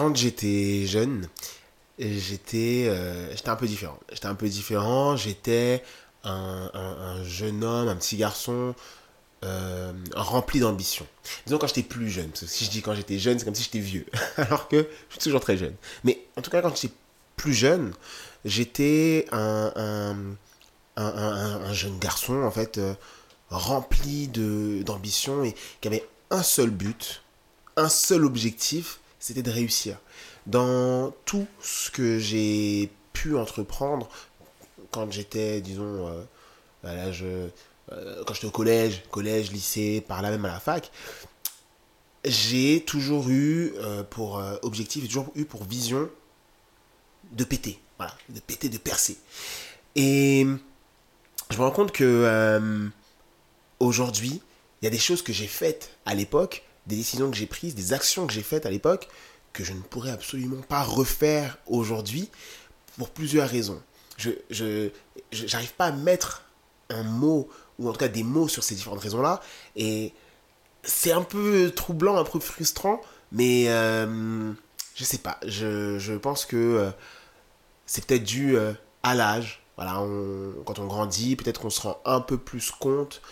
Quand j'étais jeune, j'étais un peu différent. J'étais un peu différent, j'étais un jeune homme, un petit garçon rempli d'ambition. Disons quand j'étais plus jeune, parce que si je dis quand j'étais jeune, c'est comme si j'étais vieux, alors que je suis toujours très jeune. Mais en tout cas, quand j'étais plus jeune, j'étais un jeune garçon, en fait, rempli d'ambition et qui avait un seul but, un seul objectif, c'était de réussir. Dans tout ce que j'ai pu entreprendre quand j'étais, disons, à l'âge, quand j'étais au collège, lycée, par là même à la fac, j'ai toujours eu pour objectif, j'ai toujours eu pour vision de péter, voilà, de péter, de percer. Et je me rends compte que aujourd'hui, il y a des choses que j'ai faites à l'époque, des décisions que j'ai prises, des actions que j'ai faites à l'époque, que je ne pourrais absolument pas refaire aujourd'hui pour plusieurs raisons. J'arrive pas à mettre un mot, ou en tout cas des mots sur ces différentes raisons-là, et c'est un peu troublant, un peu frustrant, mais je sais pas, je pense que c'est peut-être dû à l'âge. Voilà, quand on grandit, peut-être qu'on se rend un peu plus compte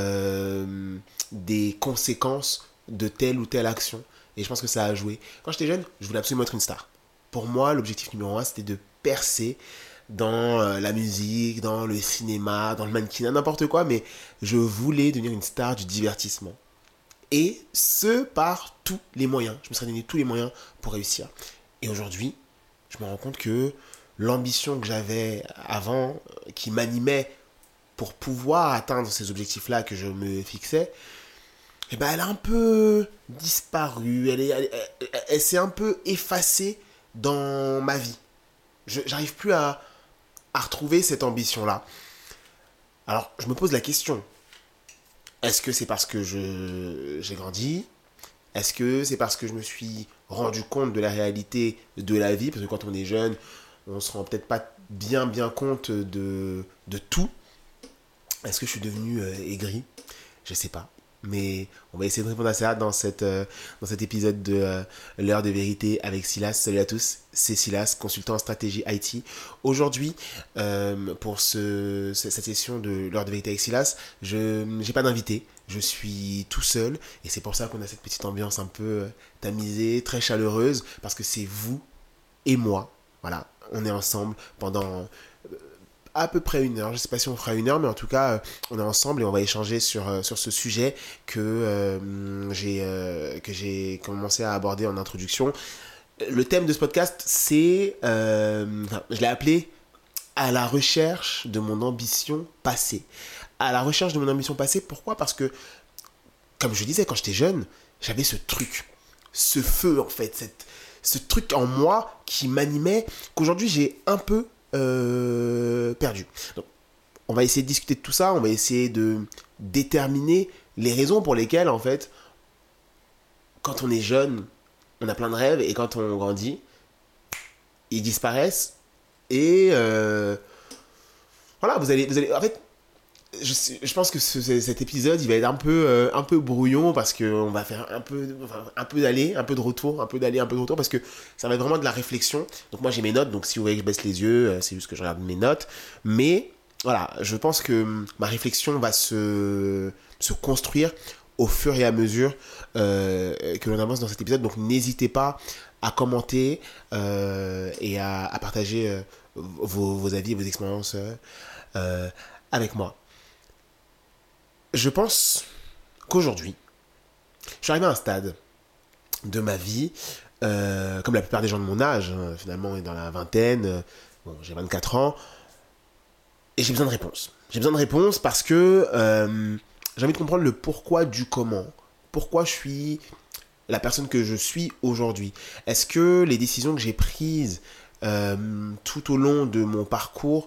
des conséquences de telle ou telle action. Et je pense que ça a joué. Quand j'étais jeune, je voulais absolument être une star. Pour moi, l'objectif numéro un, c'était de percer dans la musique, dans le cinéma, dans le mannequinat, n'importe quoi, mais je voulais devenir une star du divertissement. Et ce, par tous les moyens. Je me serais donné tous les moyens pour réussir. Et aujourd'hui, je me rends compte que l'ambition que j'avais avant, qui m'animait pour pouvoir atteindre ces objectifs-là que je me fixais, eh ben, elle a un peu disparu, elle s'est un peu effacée dans ma vie. J'arrive plus à retrouver cette ambition-là. Alors, je me pose la question, est-ce que c'est parce que j'ai grandi? Est-ce que c'est parce que je me suis rendu compte de la réalité de la vie? Parce que quand on est jeune, on se rend peut-être pas bien compte de tout. Est-ce que je suis devenu aigri? Je sais pas. Mais on va essayer de répondre à ça dans cet épisode de l'heure de vérité avec Silas. Salut à tous, c'est Silas, consultant en stratégie IT. Aujourd'hui, pour cette session de l'heure de vérité avec Silas, je n'ai pas d'invité. Je suis tout seul et c'est pour ça qu'on a cette petite ambiance un peu tamisée, très chaleureuse, parce que c'est vous et moi. Voilà, on est ensemble pendant à peu près une heure. Je ne sais pas si on fera une heure, mais en tout cas, on est ensemble et on va échanger sur ce sujet que j'ai commencé à aborder en introduction. Le thème de ce podcast, c'est, je l'ai appelé à la recherche de mon ambition passée. À la recherche de mon ambition passée, pourquoi? Parce que, comme je disais, quand j'étais jeune, j'avais ce truc, ce feu en fait, ce truc en moi qui m'animait, qu'aujourd'hui j'ai un peu perdu. Donc, on va essayer de discuter de tout ça, on va essayer de déterminer les raisons pour lesquelles, en fait, quand on est jeune, on a plein de rêves et quand on grandit, ils disparaissent. Et voilà, en fait, je pense que cet épisode, il va être un peu brouillon parce qu'on va faire un peu d'aller, un peu de retour, un peu d'aller, un peu de retour parce que ça va être vraiment de la réflexion. Donc moi j'ai mes notes, donc si vous voyez que je baisse les yeux, c'est juste que je regarde mes notes. Mais voilà, je pense que ma réflexion va se construire au fur et à mesure que l'on avance dans cet épisode. Donc n'hésitez pas à commenter et à partager vos avis et vos expériences avec moi. Je pense qu'aujourd'hui, je suis arrivé à un stade de ma vie, comme la plupart des gens de mon âge, hein, finalement, est dans la vingtaine, bon, j'ai 24 ans, et j'ai besoin de réponses. J'ai besoin de réponses parce que j'ai envie de comprendre le pourquoi du comment. Pourquoi je suis la personne que je suis aujourd'hui. Est-ce que les décisions que j'ai prises tout au long de mon parcours,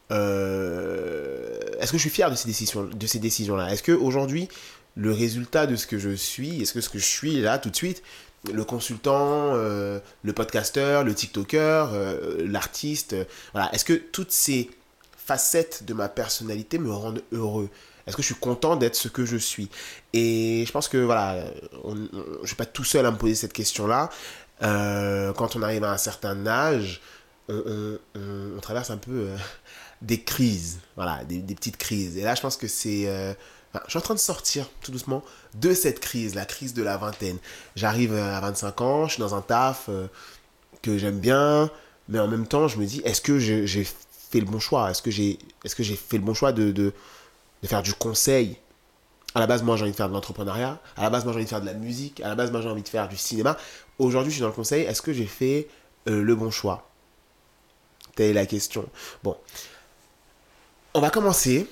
est-ce que je suis fier de ces décisions-là? Est-ce que aujourd'hui, le résultat de ce que je suis, est-ce que ce que je suis là tout de suite, le consultant, le podcasteur, le tiktoker, l'artiste, voilà, est-ce que toutes ces facettes de ma personnalité me rendent heureux? Est-ce que je suis content d'être ce que je suis? Et je pense que voilà, je ne suis pas tout seul à me poser cette question-là. Quand on arrive à un certain âge, on traverse un peu des crises, voilà, des petites crises. Et là, je pense que enfin, je suis en train de sortir tout doucement de cette crise, la crise de la vingtaine. J'arrive à 25 ans, je suis dans un taf que j'aime bien, mais en même temps, je me dis, est-ce que j'ai fait le bon choix? Est-ce que j'ai fait le bon choix de faire du conseil? À la base, moi, j'ai envie de faire de l'entrepreneuriat. À la base, moi, j'ai envie de faire de la musique. À la base, moi, j'ai envie de faire du cinéma. Aujourd'hui, je suis dans le conseil. Est-ce que j'ai fait le bon choix? Telle est la question. Bon, on va commencer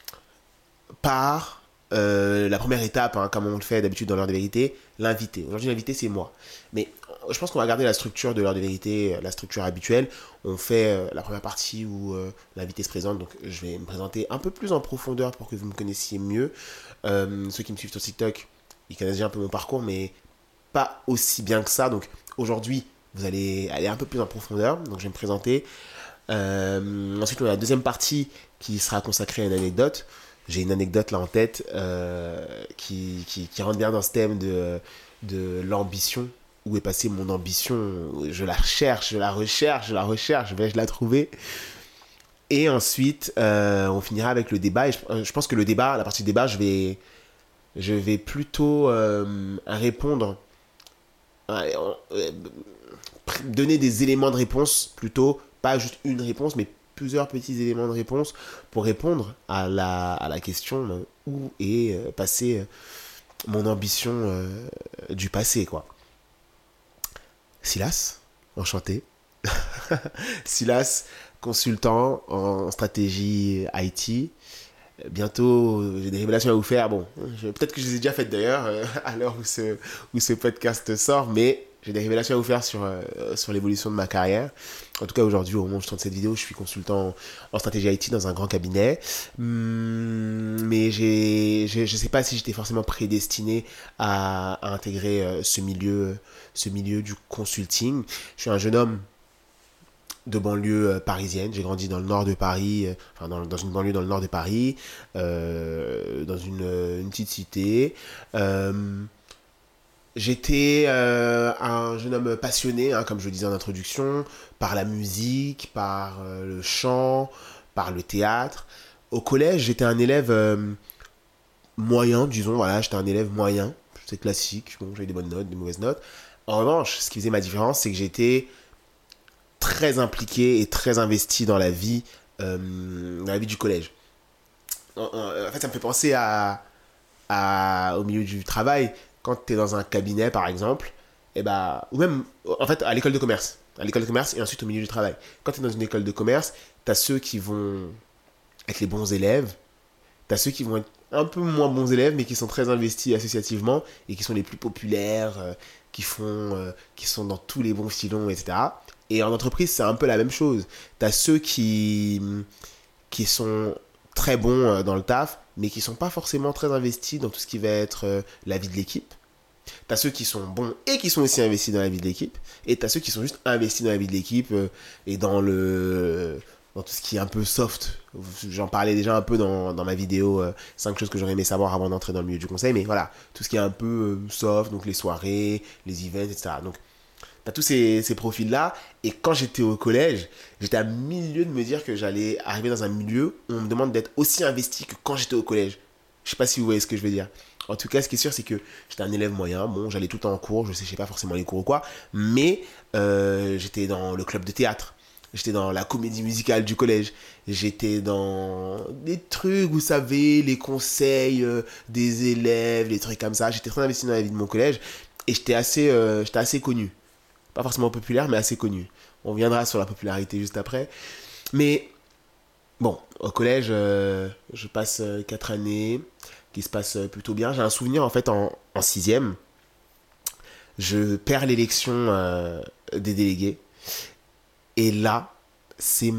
par la première étape, hein, comme on le fait d'habitude dans l'heure de vérité, l'invité. Aujourd'hui, l'invité, c'est moi. Mais je pense qu'on va garder la structure de l'heure de vérité, la structure habituelle. On fait la première partie où l'invité se présente. Donc, je vais me présenter un peu plus en profondeur pour que vous me connaissiez mieux. Ceux qui me suivent sur TikTok, ils connaissent déjà un peu mon parcours, mais pas aussi bien que ça. Donc, aujourd'hui, vous allez aller un peu plus en profondeur. Donc, je vais me présenter. Ensuite, on a la deuxième partie qui sera consacrée à une anecdote. J'ai une anecdote là en tête qui rentre bien dans ce thème de l'ambition. Où est passée mon ambition? Je la cherche, je la recherche, vais-je la trouver? Et ensuite, on finira avec le débat. Et je pense que le débat, la partie débat, je vais plutôt répondre, donner des éléments de réponse plutôt, pas juste une réponse, mais plusieurs petits éléments de réponse pour répondre à la question où est passée mon ambition du passé, quoi. Silas, enchanté. Silas, consultant en stratégie IT. Bientôt, j'ai des révélations à vous faire. Bon, peut-être que je les ai déjà faites d'ailleurs, à l'heure où ce podcast sort, mais j'ai des révélations à vous faire sur l'évolution de ma carrière. En tout cas, aujourd'hui, au moment où je tourne cette vidéo, je suis consultant en stratégie IT dans un grand cabinet. Mais je ne sais pas si j'étais forcément prédestiné à intégrer ce milieu du consulting. Je suis un jeune homme de banlieue parisienne. J'ai grandi dans le nord de Paris, enfin dans une banlieue dans le nord de Paris, dans une petite cité. J'étais un jeune homme passionné, hein, comme je le disais en introduction, par la musique, par le chant, par le théâtre. Au collège, j'étais un élève moyen, disons, voilà, j'étais un élève moyen. C'est classique, bon, j'avais des bonnes notes, des mauvaises notes. En revanche, ce qui faisait ma différence, c'est que j'étais très impliqué et très investi dans la vie du collège. En fait, ça me fait penser au milieu du travail. Quand tu es dans un cabinet, par exemple, ou même, en fait, à l'école de commerce. À l'école de commerce et ensuite au milieu du travail. Quand tu es dans une école de commerce, tu as ceux qui vont être les bons élèves. Tu as ceux qui vont être un peu moins bons élèves, mais qui sont très investis associativement et qui sont les plus populaires, qui sont dans tous les bons filons, etc. Et en entreprise, c'est un peu la même chose. Tu as ceux qui sont très bons dans le taf, mais qui sont pas forcément très investis dans tout ce qui va être la vie de l'équipe. T'as ceux qui sont bons et qui sont aussi investis dans la vie de l'équipe. Et t'as ceux qui sont juste investis dans la vie de l'équipe et dans tout ce qui est un peu soft. J'en parlais déjà un peu dans ma vidéo 5 choses que j'aurais aimé savoir avant d'entrer dans le milieu du conseil. Mais voilà, tout ce qui est un peu soft, donc les soirées, les events, etc. Donc t'as tous ces profils-là. Et quand j'étais au collège, j'étais à milieu de me dire que j'allais arriver dans un milieu où on me demande d'être aussi investi que quand j'étais au collège. Je sais pas si vous voyez ce que je veux dire. En tout cas, ce qui est sûr, c'est que j'étais un élève moyen. Bon, j'allais tout le temps en cours, je séchais pas forcément les cours ou quoi. Mais j'étais dans le club de théâtre. J'étais dans la comédie musicale du collège. J'étais dans des trucs, vous savez, les conseils des élèves, les trucs comme ça. J'étais très investi dans la vie de mon collège. Et j'étais assez connu. Pas forcément populaire, mais assez connu. On viendra sur la popularité juste après. Mais bon, au collège, je passe 4 années qui se passent plutôt bien. J'ai un souvenir en fait en sixième. Je perds l'élection des délégués. Et là, c'est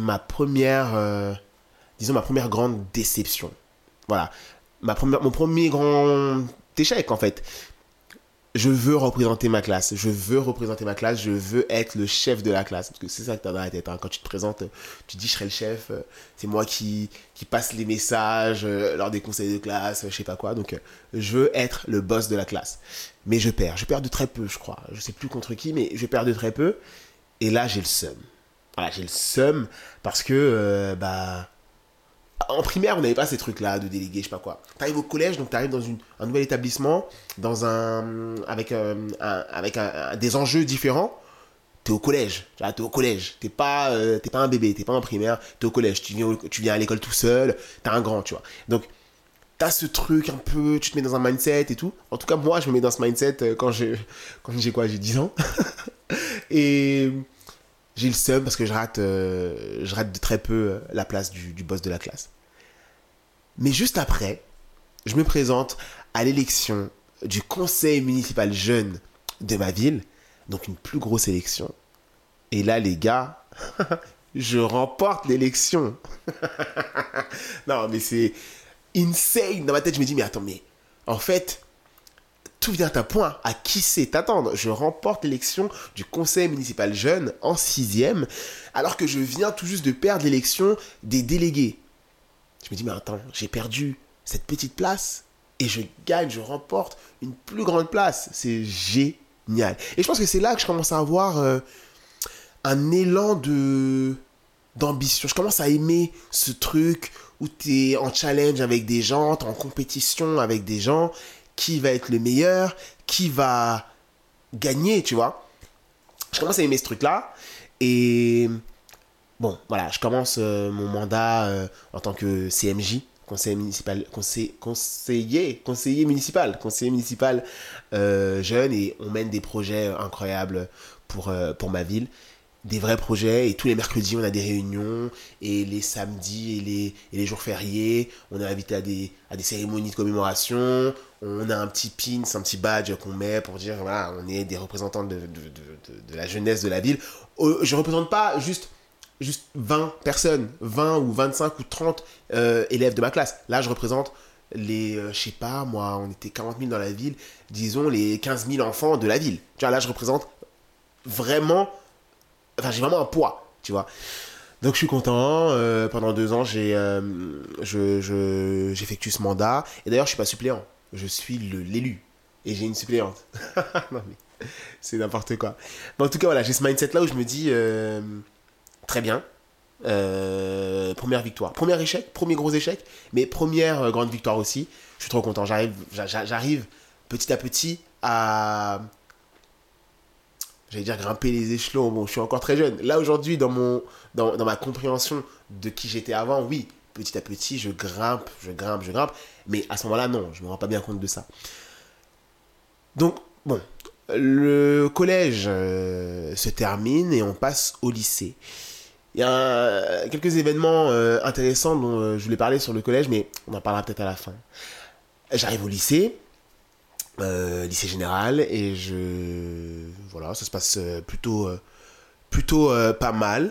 disons ma première grande déception. Voilà, mon premier grand échec en fait. je veux représenter ma classe. Je veux représenter ma classe. Je veux être le chef de la classe. Parce que c'est ça que tu as dans la tête. Hein. Quand tu te présentes, tu te dis je serai le chef. C'est moi qui passe les messages lors des conseils de classe, je sais pas quoi. Donc, je veux être le boss de la classe. Mais je perds. Je perds de très peu, je crois. Je sais plus contre qui, mais je perds de très peu. Et là, j'ai le seum. Voilà, j'ai le seum parce que, en primaire, on n'avait pas ces trucs-là de déléguer, je sais pas quoi. T'arrives au collège, donc t'arrives dans un nouvel établissement, avec des enjeux différents. T'es au collège, tu vois, t'es au collège. T'es pas un bébé, t'es pas en primaire, t'es au collège. Tu viens à l'école tout seul, t'es un grand, tu vois. Donc, t'as ce truc un peu, tu te mets dans un mindset et tout. En tout cas, moi, je me mets dans ce mindset quand j'ai quoi, j'ai 10 ans. Et j'ai le seum parce que je rate de très peu la place du boss de la classe. Mais juste après, je me présente à l'élection du conseil municipal jeune de ma ville, donc une plus grosse élection. Et là, les gars, je remporte l'élection. Non, mais c'est insane. Dans ma tête, je me dis, mais attends, mais en fait, tout vient à point. À qui c'est t'attendre? Je remporte l'élection du conseil municipal jeune en sixième, alors que je viens tout juste de perdre l'élection des délégués. Je me dis, mais attends, j'ai perdu cette petite place et je gagne, je remporte une plus grande place. C'est génial. Et je pense que c'est là que je commence à avoir un élan d'ambition. Je commence à aimer ce truc où tu es en challenge avec des gens, tu es en compétition avec des gens. Qui va être le meilleur? Qui va gagner, tu vois? Je commence à aimer ce truc-là. Et bon, voilà, je commence mon mandat en tant que CMJ, conseiller municipal jeune, et on mène des projets incroyables pour ma ville, des vrais projets, et tous les mercredis on a des réunions, et les samedis et les jours fériés on est invité à des cérémonies de commémoration, on a un petit pin, un petit badge qu'on met pour dire voilà, on est des représentants de la jeunesse de la ville. Je représente pas juste 20 personnes, 20 ou 25 ou 30 élèves de ma classe. Là, je représente je sais pas, moi, on était 40 000 dans la ville, disons les 15 000 enfants de la ville. Tu vois, là, je représente vraiment, j'ai vraiment un poids, tu vois. Donc, je suis content. Pendant 2 ans, j'effectue ce mandat. Et d'ailleurs, je suis pas suppléant. Je suis l'élu. Et j'ai une suppléante. Non, mais c'est n'importe quoi. Mais en tout cas, voilà, j'ai ce mindset-là où je me dis, très bien. Première victoire. Premier échec, premier gros échec, mais première grande victoire aussi. Je suis trop content. J'arrive petit à petit à, j'allais dire, grimper les échelons. Bon, je suis encore très jeune. Là, aujourd'hui, dans ma compréhension de qui j'étais avant, oui, petit à petit, je grimpe. Mais à ce moment-là, non, je ne me rends pas bien compte de ça. Donc, bon, le collège se termine et on passe au lycée. Il y a quelques événements intéressants dont je voulais parler sur le collège, mais on en parlera peut-être à la fin. J'arrive au lycée, lycée général, et voilà, ça se passe plutôt pas mal.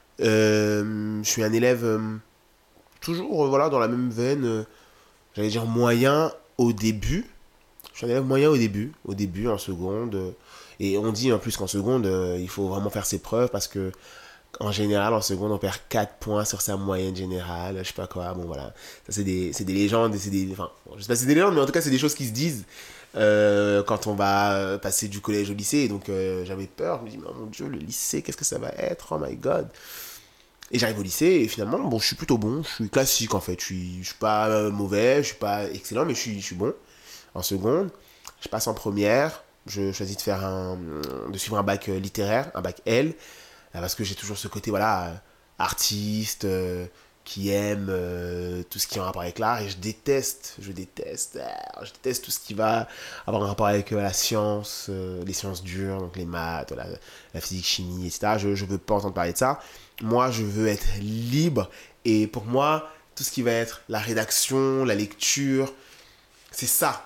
Je suis un élève toujours voilà, dans la même veine, j'allais dire moyen au début. Je suis un élève moyen au début en seconde. Et on dit en plus qu'en seconde, il faut vraiment faire ses preuves parce que en général, en seconde, on perd 4 points sur sa moyenne générale, je sais pas quoi, bon voilà. Ça, c'est des légendes, enfin, bon, je sais pas si c'est des légendes, mais en tout cas, c'est des choses qui se disent quand on va passer du collège au lycée. Et donc, j'avais peur, je me dis, oh mon Dieu, le lycée, qu'est-ce que ça va être? Oh my god. Et j'arrive au lycée, et finalement, bon, je suis plutôt bon, je suis classique en fait. Je suis pas mauvais, je suis pas excellent, mais je suis bon. En seconde, je passe en première, je choisis de suivre un bac littéraire, un bac L. Parce que j'ai toujours ce côté voilà artiste qui aime tout ce qui a un rapport avec l'art, et je déteste tout ce qui va avoir un rapport avec la science, les sciences dures, donc les maths, la physique, chimie, etc. Je veux pas entendre parler de ça. Moi, je veux être libre, et pour moi, tout ce qui va être la rédaction, la lecture, c'est ça,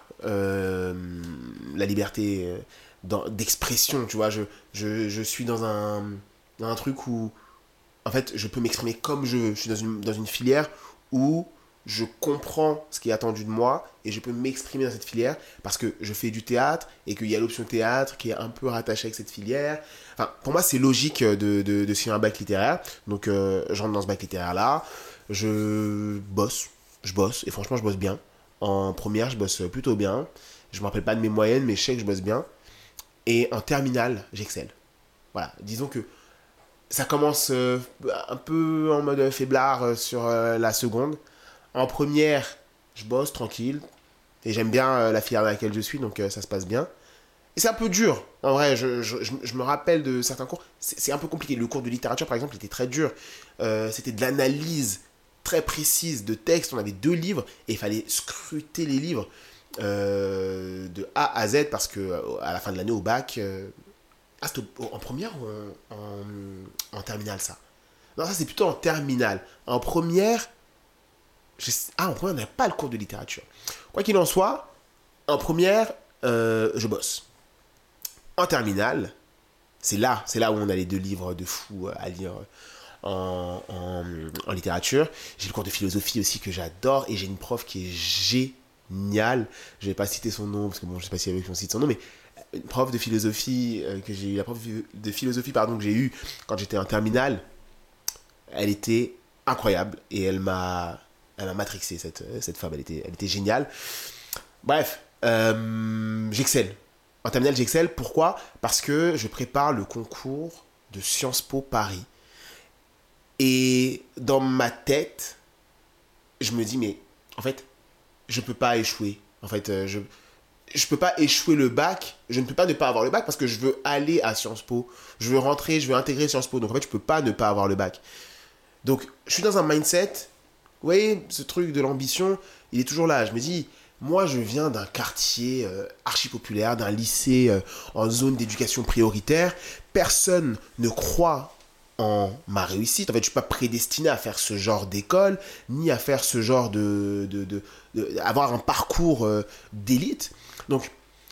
la liberté d'expression, tu vois. Je suis dans un truc où, en fait, je peux m'exprimer comme je veux. Je suis dans une filière où je comprends ce qui est attendu de moi et je peux m'exprimer dans cette filière parce que je fais du théâtre et qu'il y a l'option théâtre qui est un peu rattachée avec cette filière. Enfin, pour moi, c'est logique de suivre un bac littéraire. Donc, j'entre dans ce bac littéraire-là. Je bosse et franchement, je bosse bien. En première, je bosse plutôt bien. Je me rappelle pas de mes moyennes, mais je sais que je bosse bien. Et en terminale, j'excelle. Voilà, disons que ça commence un peu en mode faiblard sur la seconde. En première, je bosse tranquille. Et j'aime bien la filière dans laquelle je suis, donc ça se passe bien. Et c'est un peu dur. En vrai, je me rappelle de certains cours. C'est un peu compliqué. Le cours de littérature, par exemple, était très dur. C'était de l'analyse très précise de textes. On avait 2 livres et il fallait scruter les livres de A à Z parce que à la fin de l'année au bac. C'était en première ou en terminale, ça? Non, ça c'est plutôt en terminale. En première, en première, on n'a pas le cours de littérature. Quoi qu'il en soit, en première, je bosse. En terminale, c'est là où on a les 2 livres de fou à lire en littérature. J'ai le cours de philosophie aussi que j'adore et j'ai une prof qui est géniale. Je vais pas citer son nom parce que bon, je sais pas si elle veut qu'on cite son nom, mais une prof de philosophie que j'ai eu, la prof de philosophie pardon que j'ai eu quand j'étais en terminale, elle était incroyable et elle m'a matrixé cette femme, elle était géniale. Bref, j'excelle. En terminale, j'excelle. Pourquoi? Parce que je prépare le concours de Sciences Po Paris. Et dans ma tête, je me dis, mais en fait, je peux pas échouer. En fait, je peux pas échouer le bac. Je ne peux pas ne pas avoir le bac parce que je veux aller à Sciences Po. Je veux rentrer, je veux intégrer Sciences Po. Donc en fait, je peux pas ne pas avoir le bac. Donc, je suis dans un mindset. Vous voyez, ce truc de l'ambition, il est toujours là. Je me dis, moi, je viens d'un quartier archi populaire, d'un lycée en zone d'éducation prioritaire. Personne ne croit en ma réussite. En fait, je ne suis pas prédestiné à faire ce genre d'école, ni à faire ce genre avoir un parcours d'élite. Donc,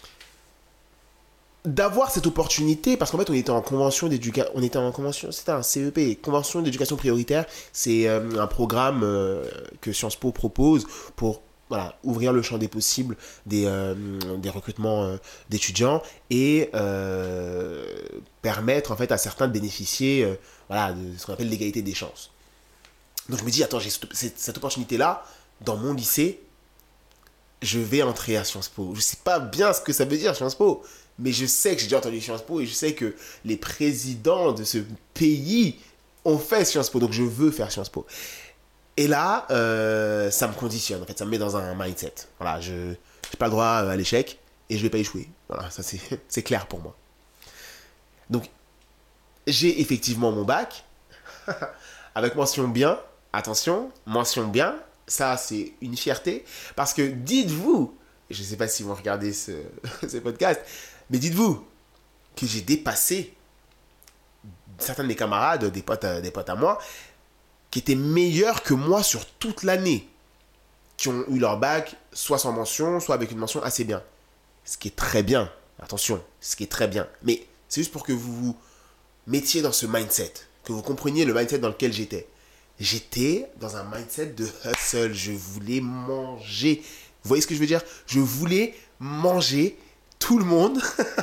d'avoir cette opportunité, parce qu'en fait, c'était un CEP, convention d'éducation prioritaire. C'est un programme que Sciences Po propose pour voilà, ouvrir le champ des possibles des recrutements d'étudiants et permettre en fait à certains de bénéficier voilà, de ce qu'on appelle l'égalité des chances. Donc je me dis, attends, j'ai cette opportunité-là dans mon lycée, je vais entrer à Sciences Po. Je sais pas bien ce que ça veut dire Sciences Po, mais je sais que j'ai déjà entendu Sciences Po et je sais que les présidents de ce pays ont fait Sciences Po, donc je veux faire Sciences Po. Et là, ça me conditionne, en fait, ça me met dans un mindset. Voilà, je n'ai pas le droit à l'échec et je vais pas échouer. Voilà, ça c'est clair pour moi. Donc, j'ai effectivement mon bac, avec mention bien, attention, mention bien, ça c'est une fierté, parce que dites-vous, je ne sais pas si vous regardez ce podcast, mais dites-vous que j'ai dépassé certains de mes camarades, des potes à moi, qui étaient meilleurs que moi sur toute l'année, qui ont eu leur bac soit sans mention, soit avec une mention assez bien. Ce qui est très bien, attention, ce qui est très bien, mais c'est juste pour que vous vous mettiez dans ce mindset, que vous compreniez le mindset dans lequel j'étais. J'étais dans un mindset de hustle. Je voulais manger. Vous voyez ce que je veux dire? Je voulais manger tout le monde.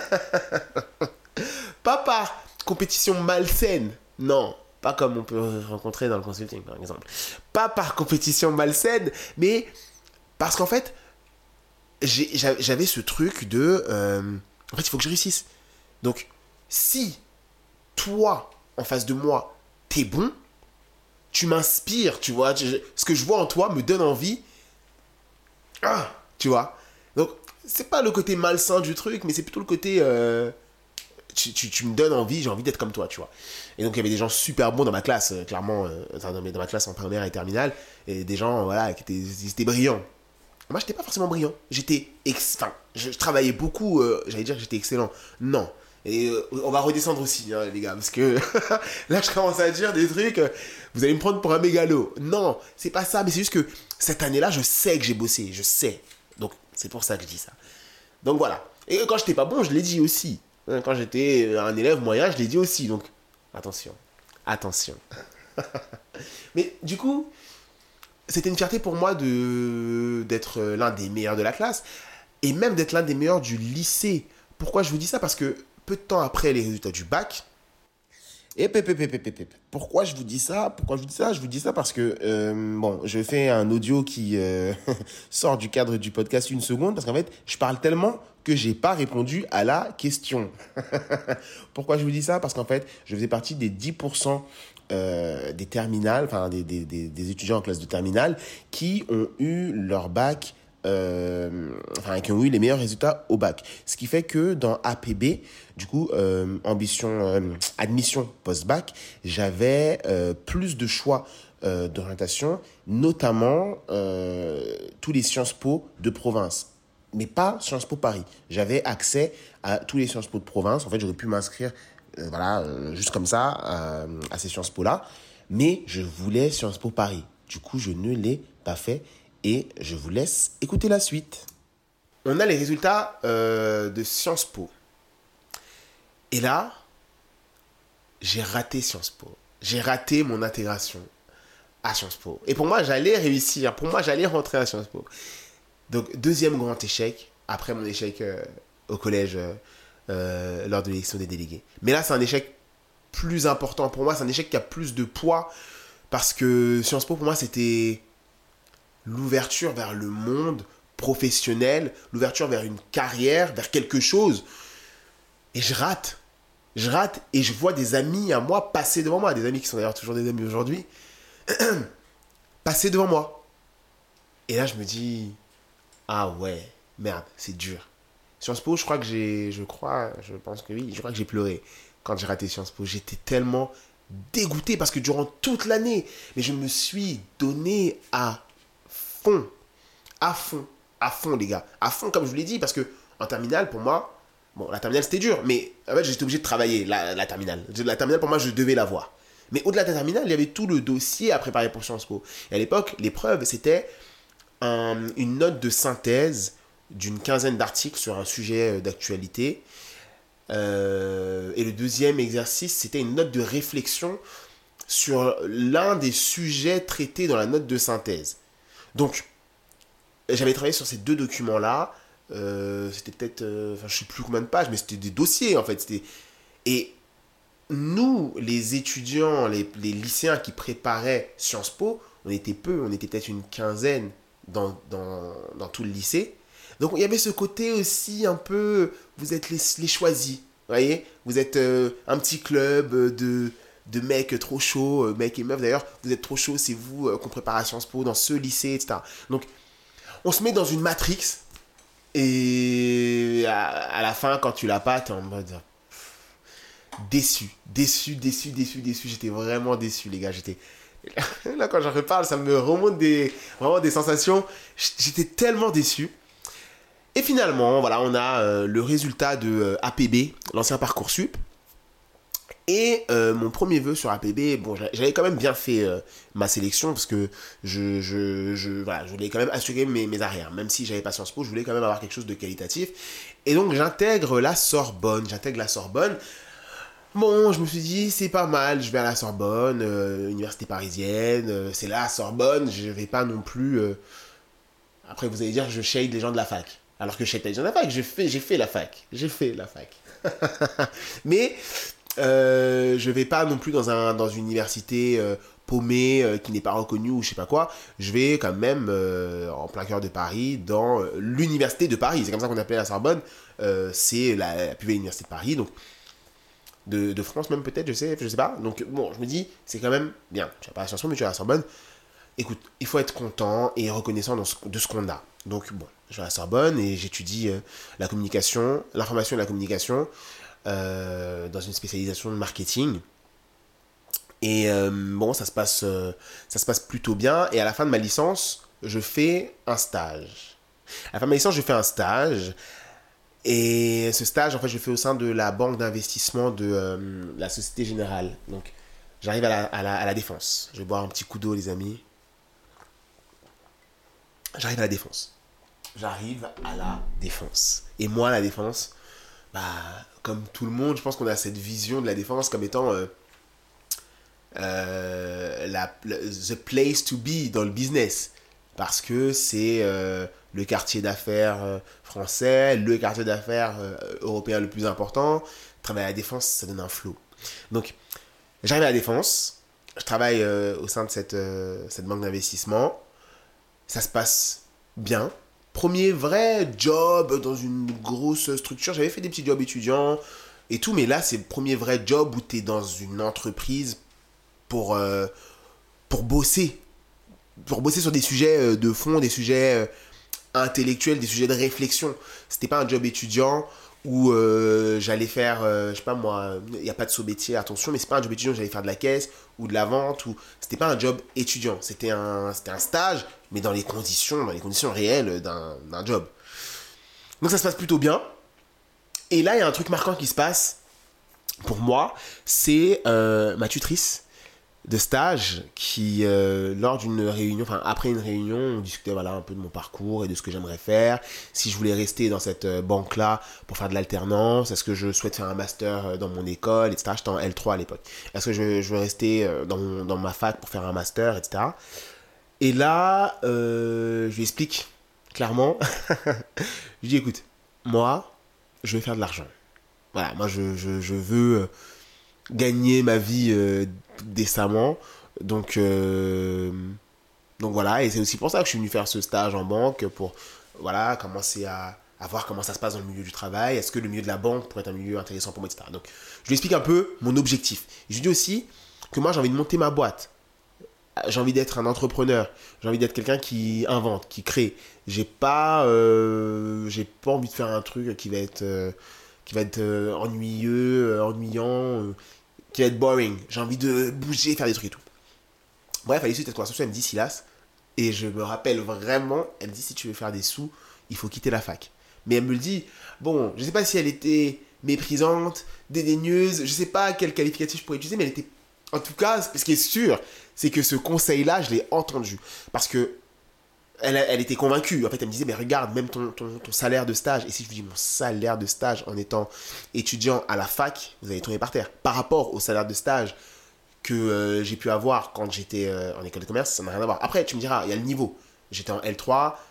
Pas par compétition malsaine. Non, pas comme on peut rencontrer dans le consulting, par exemple. Pas par compétition malsaine, mais parce qu'en fait, j'avais ce truc de... en fait, il faut que je réussisse. Donc, si toi, en face de moi, t'es bon, tu m'inspires, tu vois. Ce que je vois en toi me donne envie. Ah, tu vois. Donc, c'est pas le côté malsain du truc, mais c'est plutôt le côté... tu me donnes envie, j'ai envie d'être comme toi, tu vois. Et donc, il y avait des gens super bons dans ma classe, clairement, dans ma classe en première et terminale, et des gens, voilà, ils étaient brillants. Moi, j'étais pas forcément brillant. Enfin, je travaillais beaucoup, j'allais dire que j'étais excellent. Non. Et on va redescendre aussi, hein, les gars, parce que là, je commence à dire des trucs, vous allez me prendre pour un mégalo. Non, c'est pas ça, mais c'est juste que cette année-là, je sais que j'ai bossé, je sais. Donc, c'est pour ça que je dis ça. Donc, voilà. Et quand j'étais pas bon, je l'ai dit aussi. Quand j'étais un élève moyen, je l'ai dit aussi. Donc, attention. Attention. Mais du coup, c'était une fierté pour moi d'être l'un des meilleurs de la classe et même d'être l'un des meilleurs du lycée. Pourquoi je vous dis ça? Parce que peu de temps après les résultats du bac, pourquoi je vous dis ça? Pourquoi je vous dis ça? Je vous dis ça parce que, bon, je fais un audio qui sort du cadre du podcast une seconde parce qu'en fait, je parle tellement que j'ai pas répondu à la question. Pourquoi je vous dis ça? Parce qu'en fait, je faisais partie des 10% des terminales, enfin des étudiants en classe de terminale qui ont eu leur bac enfin qui ont eu les meilleurs résultats au bac. Ce qui fait que dans APB, du coup, admission post-bac, j'avais plus de choix d'orientation, notamment tous les Sciences Po de province. Mais pas Sciences Po Paris. J'avais accès à tous les Sciences Po de province. En fait, j'aurais pu m'inscrire juste comme ça à ces Sciences Po-là. Mais je voulais Sciences Po Paris. Du coup, je ne l'ai pas fait. Et je vous laisse écouter la suite. On a les résultats de Sciences Po. Et là, j'ai raté Sciences Po. J'ai raté mon intégration à Sciences Po. Et pour moi, j'allais réussir. Pour moi, j'allais rentrer à Sciences Po. Donc, deuxième grand échec, après mon échec au collège lors de l'élection des délégués. Mais là, c'est un échec plus important pour moi. C'est un échec qui a plus de poids. Parce que Sciences Po, pour moi, c'était l'ouverture vers le monde professionnel, l'ouverture vers une carrière, vers quelque chose. Et je rate. Je rate et je vois des amis à moi passer devant moi, des amis qui sont d'ailleurs toujours des amis aujourd'hui, passer devant moi. Et là, je me dis, ah ouais, merde, c'est dur. Sciences Po, je pense que oui, je crois que j'ai pleuré quand j'ai raté Sciences Po. J'étais tellement dégoûté parce que durant toute l'année, mais je me suis donné à fond, les gars, à fond comme je vous l'ai dit, parce que en terminale, pour moi, bon, la terminale c'était dur, mais en fait j'étais obligé de travailler la terminale. La terminale pour moi, je devais l'avoir. Mais au-delà de la terminale, il y avait tout le dossier à préparer pour Sciences Po. Et à l'époque, l'épreuve, c'était une note de synthèse d'une quinzaine d'articles sur un sujet d'actualité. Et le deuxième exercice, c'était une note de réflexion sur l'un des sujets traités dans la note de synthèse. Donc, j'avais travaillé sur ces deux documents-là. C'était peut-être, je ne sais plus combien de pages, mais c'était des dossiers en fait. Et nous, les étudiants, les lycéens qui préparaient Sciences Po, on était peu, on était peut-être une quinzaine dans tout le lycée. Donc il y avait ce côté aussi un peu, vous êtes les choisis, vous voyez. Vous êtes un petit club de mecs trop chauds, mecs et meufs d'ailleurs, vous êtes trop chauds, c'est vous qu'on prépare à Sciences Po dans ce lycée, etc. Donc on se met dans une matrix et à la fin, quand tu l'as pas, t'es en mode déçu. J'étais vraiment déçu, les gars. Là, quand j'en reparle, ça me remonte vraiment des sensations. J'étais tellement déçu. Et finalement, voilà, on a le résultat de APB, l'ancien Parcoursup. Et mon premier vœu sur APB, bon, j'avais quand même bien fait ma sélection parce que voilà, je voulais quand même assurer mes arrières. Même si j'avais pas Sciences Po, je voulais quand même avoir quelque chose de qualitatif. Et donc j'intègre la Sorbonne. Bon, je me suis dit, c'est pas mal, je vais à la Sorbonne, université parisienne, c'est la Sorbonne, je vais pas non plus... Après, vous allez dire, je shade les gens de la fac. Alors que je shade les gens de la fac, j'ai fait la fac. Mais je vais pas non plus dans une université paumée qui n'est pas reconnue ou je sais pas quoi. Je vais quand même en plein cœur de Paris, dans l'université de Paris. C'est comme ça qu'on appelait la Sorbonne. C'est la plus belle université de Paris, donc de France même peut-être, je sais pas. Donc bon, je me dis, c'est quand même bien. Je suis pas à Sciences Po, mais je suis à la Sorbonne. Écoute, il faut être content et reconnaissant de ce qu'on a. Donc bon, je vais à la Sorbonne et j'étudie la communication, l'information et la communication dans une spécialisation de marketing. Et bon, ça se passe plutôt bien. Et à la fin de ma licence, je fais un stage. À la fin de ma licence, je fais un stage. Et ce stage, en fait, je le fais au sein de la banque d'investissement de la Société Générale. Donc, j'arrive à la Défense. Je vais boire un petit coup d'eau, les amis. J'arrive à la Défense. Et moi, la Défense, bah, comme tout le monde, je pense qu'on a cette vision de la Défense comme étant the place to be dans le business. Parce que c'est le quartier d'affaires français, le quartier d'affaires européen le plus important. Travailler à la Défense, ça donne un flow. Donc, j'arrive à la Défense, je travaille au sein de cette banque d'investissement. Ça se passe bien. Premier vrai job dans une grosse structure. J'avais fait des petits jobs étudiants et tout, mais là, c'est le premier vrai job où tu es dans une entreprise pour, euh, pour bosser. Pour bosser sur des sujets de fond, des sujets intellectuels, des sujets de réflexion. C'était pas un job étudiant où j'allais faire, je sais pas moi, il n'y a pas de saut métier, attention, mais c'est pas un job étudiant où j'allais faire de la caisse ou de la vente. C'était pas un job étudiant, c'était un stage, mais dans les conditions réelles d'un job. Donc ça se passe plutôt bien. Et là, il y a un truc marquant qui se passe pour moi, c'est ma tutrice de stage qui, lors d'une réunion, enfin après une réunion, on discutait voilà, un peu de mon parcours et de ce que j'aimerais faire, si je voulais rester dans cette banque-là pour faire de l'alternance, est-ce que je souhaite faire un master dans mon école, etc. J'étais en L3 à l'époque. Est-ce que je veux rester dans ma fac pour faire un master, etc. Et là, je lui explique clairement, je lui dis écoute, moi, je vais faire de l'argent. Voilà, moi je veux gagner ma vie décemment. Donc, donc voilà, et c'est aussi pour ça que je suis venu faire ce stage en banque, pour voilà, commencer à voir comment ça se passe dans le milieu du travail. Est-ce que le milieu de la banque pourrait être un milieu intéressant pour moi, etc. Donc je lui explique un peu mon objectif. Je lui dis aussi que moi j'ai envie de monter ma boîte. J'ai envie d'être un entrepreneur. J'ai envie d'être quelqu'un qui invente, qui crée. J'ai pas envie de faire un truc qui va être ennuyeux, ennuyant, qui va être boring. J'ai envie de bouger, faire des trucs et tout. Bref, à l'issue de cette conversation, elle me dit Silas, et je me rappelle vraiment, elle me dit si tu veux faire des sous, il faut quitter la fac. Mais elle me le dit, bon, je sais pas si elle était méprisante, dédaigneuse, je sais pas quel qualificatif je pourrais utiliser, mais elle était. En tout cas, ce qui est sûr, c'est que ce conseil-là, je l'ai entendu. Parce que elle était convaincue. En fait, elle me disait, mais regarde, même ton salaire de stage, et si je vous dis mon salaire de stage en étant étudiant à la fac, vous allez tomber par terre. Par rapport au salaire de stage que j'ai pu avoir quand j'étais en école de commerce, ça n'a rien à voir. Après, tu me diras, il y a le niveau. J'étais en L3,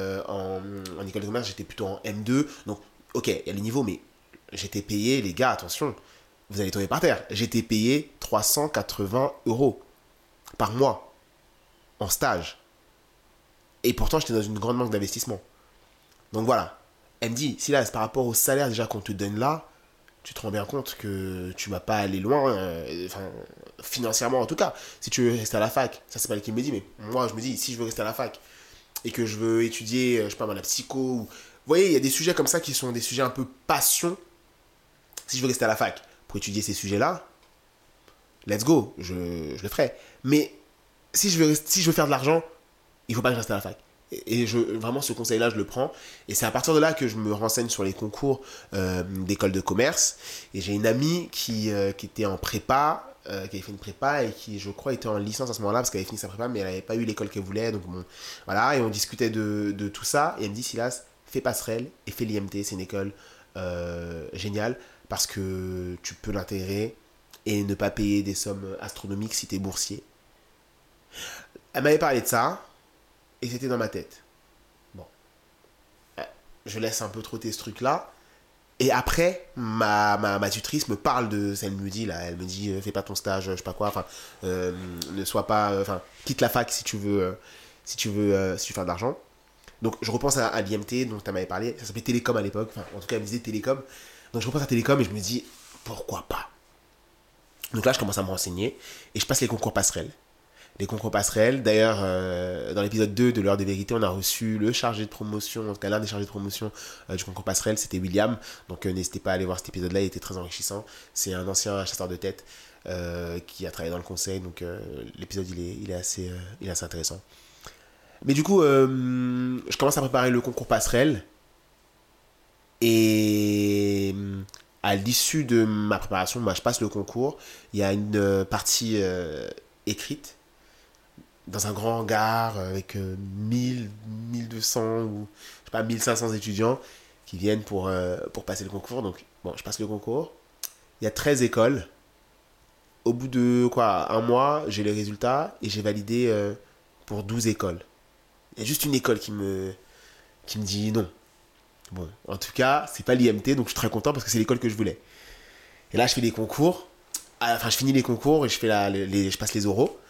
en école de commerce, j'étais plutôt en M2. Donc, ok, il y a le niveau, mais j'étais payé, les gars, attention, vous allez tomber par terre. J'étais payé 380 € par mois en stage. Et pourtant, j'étais dans une grande banque d'investissement. Donc voilà. Elle me dit, Silas, par rapport au salaire déjà qu'on te donne là, tu te rends bien compte que tu vas pas aller loin, enfin, financièrement en tout cas, si tu veux rester à la fac. Ça, c'est pas elle qui me dit, mais moi, je me dis, si je veux rester à la fac et que je veux étudier, je sais pas, la psycho, vous voyez, il y a des sujets comme ça qui sont des sujets un peu passion. Si je veux rester à la fac pour étudier ces sujets-là, let's go, je le ferai. Mais si je veux faire de l'argent, il faut pas que je reste à la fac. Et vraiment, ce conseil-là, je le prends. Et c'est à partir de là que je me renseigne sur les concours d'école de commerce. Et j'ai une amie qui était en prépa, qui avait fait une prépa et qui, je crois, était en licence à ce moment-là parce qu'elle avait fini sa prépa, mais elle n'avait pas eu l'école qu'elle voulait. Donc bon, voilà. Et on discutait de tout ça. Et elle me dit, Silas, fais passerelle et fais l'IMT. C'est une école géniale parce que tu peux l'intégrer et ne pas payer des sommes astronomiques si tu es boursier. Elle m'avait parlé de ça. Et c'était dans ma tête. Bon. Je laisse un peu trotter ce truc-là. Et après, ma tutrice me parle de. Elle me dit, là, elle me dit, fais pas ton stage, je sais pas quoi, enfin, ne sois pas. Enfin, quitte la fac si tu veux, si tu fais de l'argent. Donc, je repense à l'IMT dont tu m'avais parlé. Ça s'appelait Télécom à l'époque. Enfin, en tout cas, elle me disait Télécom. Donc, je repense à Télécom et je me dis, pourquoi pas. Donc là, je commence à me renseigner et je passe les concours passerelles. Les concours passerelles. D'ailleurs, dans l'épisode 2 de l'heure des vérités, on a reçu le chargé de promotion, en tout cas l'un des chargés de promotion du concours passerelle, c'était William. Donc n'hésitez pas à aller voir cet épisode-là, il était très enrichissant. C'est un ancien chasseur de tête qui a travaillé dans le conseil, donc l'épisode il est assez intéressant. Mais du coup, je commence à préparer le concours passerelle et à l'issue de ma préparation, moi, je passe le concours. Il y a une partie écrite dans un grand hangar avec 1000, 1200 ou je sais pas, 1500 étudiants qui viennent pour passer le concours. Donc, bon, je passe le concours. Il y a 13 écoles au bout de quoi, un mois, j'ai les résultats et j'ai validé pour 12 écoles. Il y a juste une école qui me dit non. Bon, en tout cas, c'est pas l'IMT, donc je suis très content parce que c'est l'école que je voulais. Et là, je fais les concours. Enfin, je finis les concours et je passe les oraux.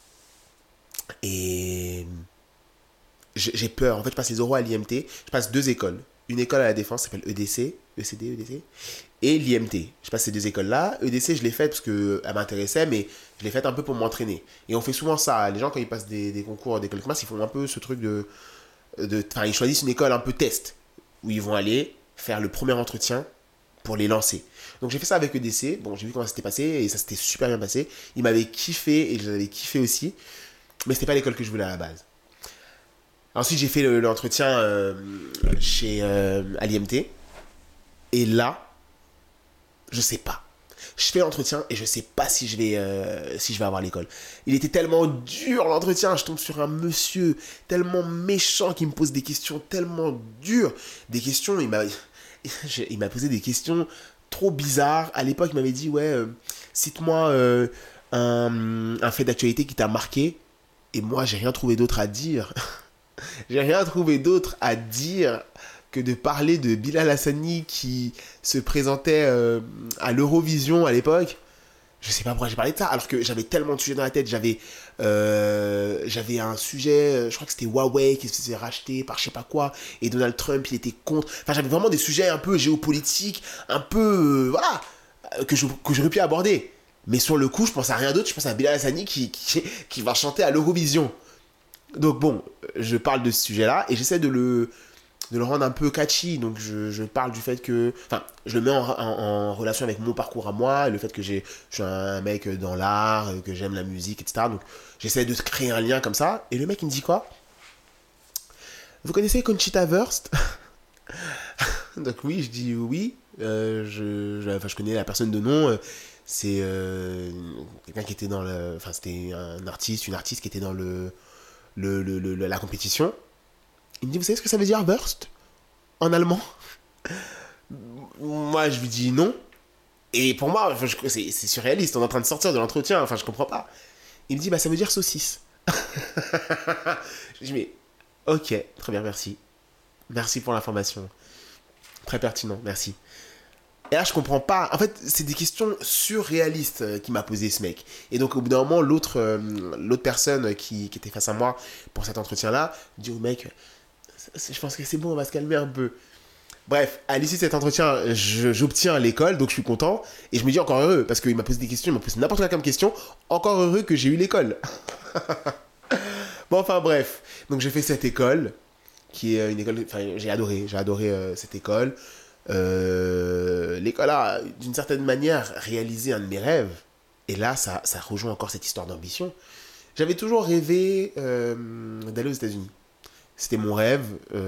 Et j'ai peur. En fait, je passe les oraux à l'IMT. Je passe deux écoles. Une école à la Défense, ça s'appelle EDC, ECD, EDC. Et l'IMT. Je passe ces deux écoles-là. EDC, je l'ai faite parce qu'elle m'intéressait, mais je l'ai faite un peu pour m'entraîner. Et on fait souvent ça. Les gens, quand ils passent des concours d'école de commerce, ils font un peu ce truc enfin, ils choisissent une école un peu test, où ils vont aller faire le premier entretien pour les lancer. Donc j'ai fait ça avec EDC. Bon, j'ai vu comment ça s'était passé et ça s'était super bien passé. Ils m'avaient kiffé et je les avais kiffé aussi. Mais c'était pas l'école que je voulais à la base. Ensuite, j'ai fait l'entretien à l'IMT. Et là, je sais pas. Je fais l'entretien et je sais pas si je vais avoir l'école. Il était tellement dur l'entretien. Je tombe sur un monsieur tellement méchant qui me pose des questions tellement dures. Des questions, il m'a posé des questions trop bizarres. À l'époque, il m'avait dit, ouais, cite-moi un fait d'actualité qui t'a marqué. Et moi, j'ai rien trouvé d'autre à dire. J'ai rien trouvé d'autre à dire que de parler de Bilal Hassani qui se présentait à l'Eurovision à l'époque. Je sais pas pourquoi j'ai parlé de ça, alors que j'avais tellement de sujets dans la tête. J'avais un sujet, je crois que c'était Huawei qui se faisait racheter par je sais pas quoi, et Donald Trump, il était contre. Enfin, j'avais vraiment des sujets un peu géopolitiques, un peu, voilà, que j'aurais pu aborder. Mais sur le coup, je pense à rien d'autre, je pense à Bilal Hassani qui va chanter à l'Eurovision. Donc bon, je parle de ce sujet-là, et j'essaie de le rendre un peu catchy. Donc je parle du fait que... Enfin, je le mets en relation avec mon parcours à moi, et le fait que je suis un mec dans l'art, que j'aime la musique, etc. Donc j'essaie de créer un lien comme ça. Et le mec, il me dit quoi? Vous connaissez Conchita Wurst? Donc oui, je dis oui. Enfin, je connais la personne de nom. C'est quelqu'un qui était dans le... Enfin, c'était un artiste, une artiste qui était dans la compétition. Il me dit, vous savez ce que ça veut dire, Wurst? En allemand? Moi, je lui dis non. Et pour moi, enfin, c'est surréaliste. On est en train de sortir de l'entretien. Enfin, je comprends pas. Il me dit, bah, ça veut dire saucisse. Je dis, mais, ok, très bien, merci. Merci pour l'information. Très pertinent, merci. Et là, je comprends pas. En fait, c'est des questions surréalistes qu'il m'a posé ce mec. Et donc, au bout d'un moment, l'autre personne qui était face à moi pour cet entretien-là dit au mec, je pense que c'est bon, on va se calmer un peu. Bref, à l'issue de cet entretien, j'obtiens l'école, donc je suis content. Et je me dis encore heureux, parce qu'il m'a posé des questions, il m'a posé n'importe quoi comme question. Encore heureux que j'ai eu l'école. Bon, enfin bref. Donc j'ai fait cette école, qui est une école... Enfin, j'ai adoré cette école. L'école a, d'une certaine manière, réalisé un de mes rêves. Et là, ça rejoint encore cette histoire d'ambition. J'avais toujours rêvé d'aller aux États-Unis. C'était mon rêve.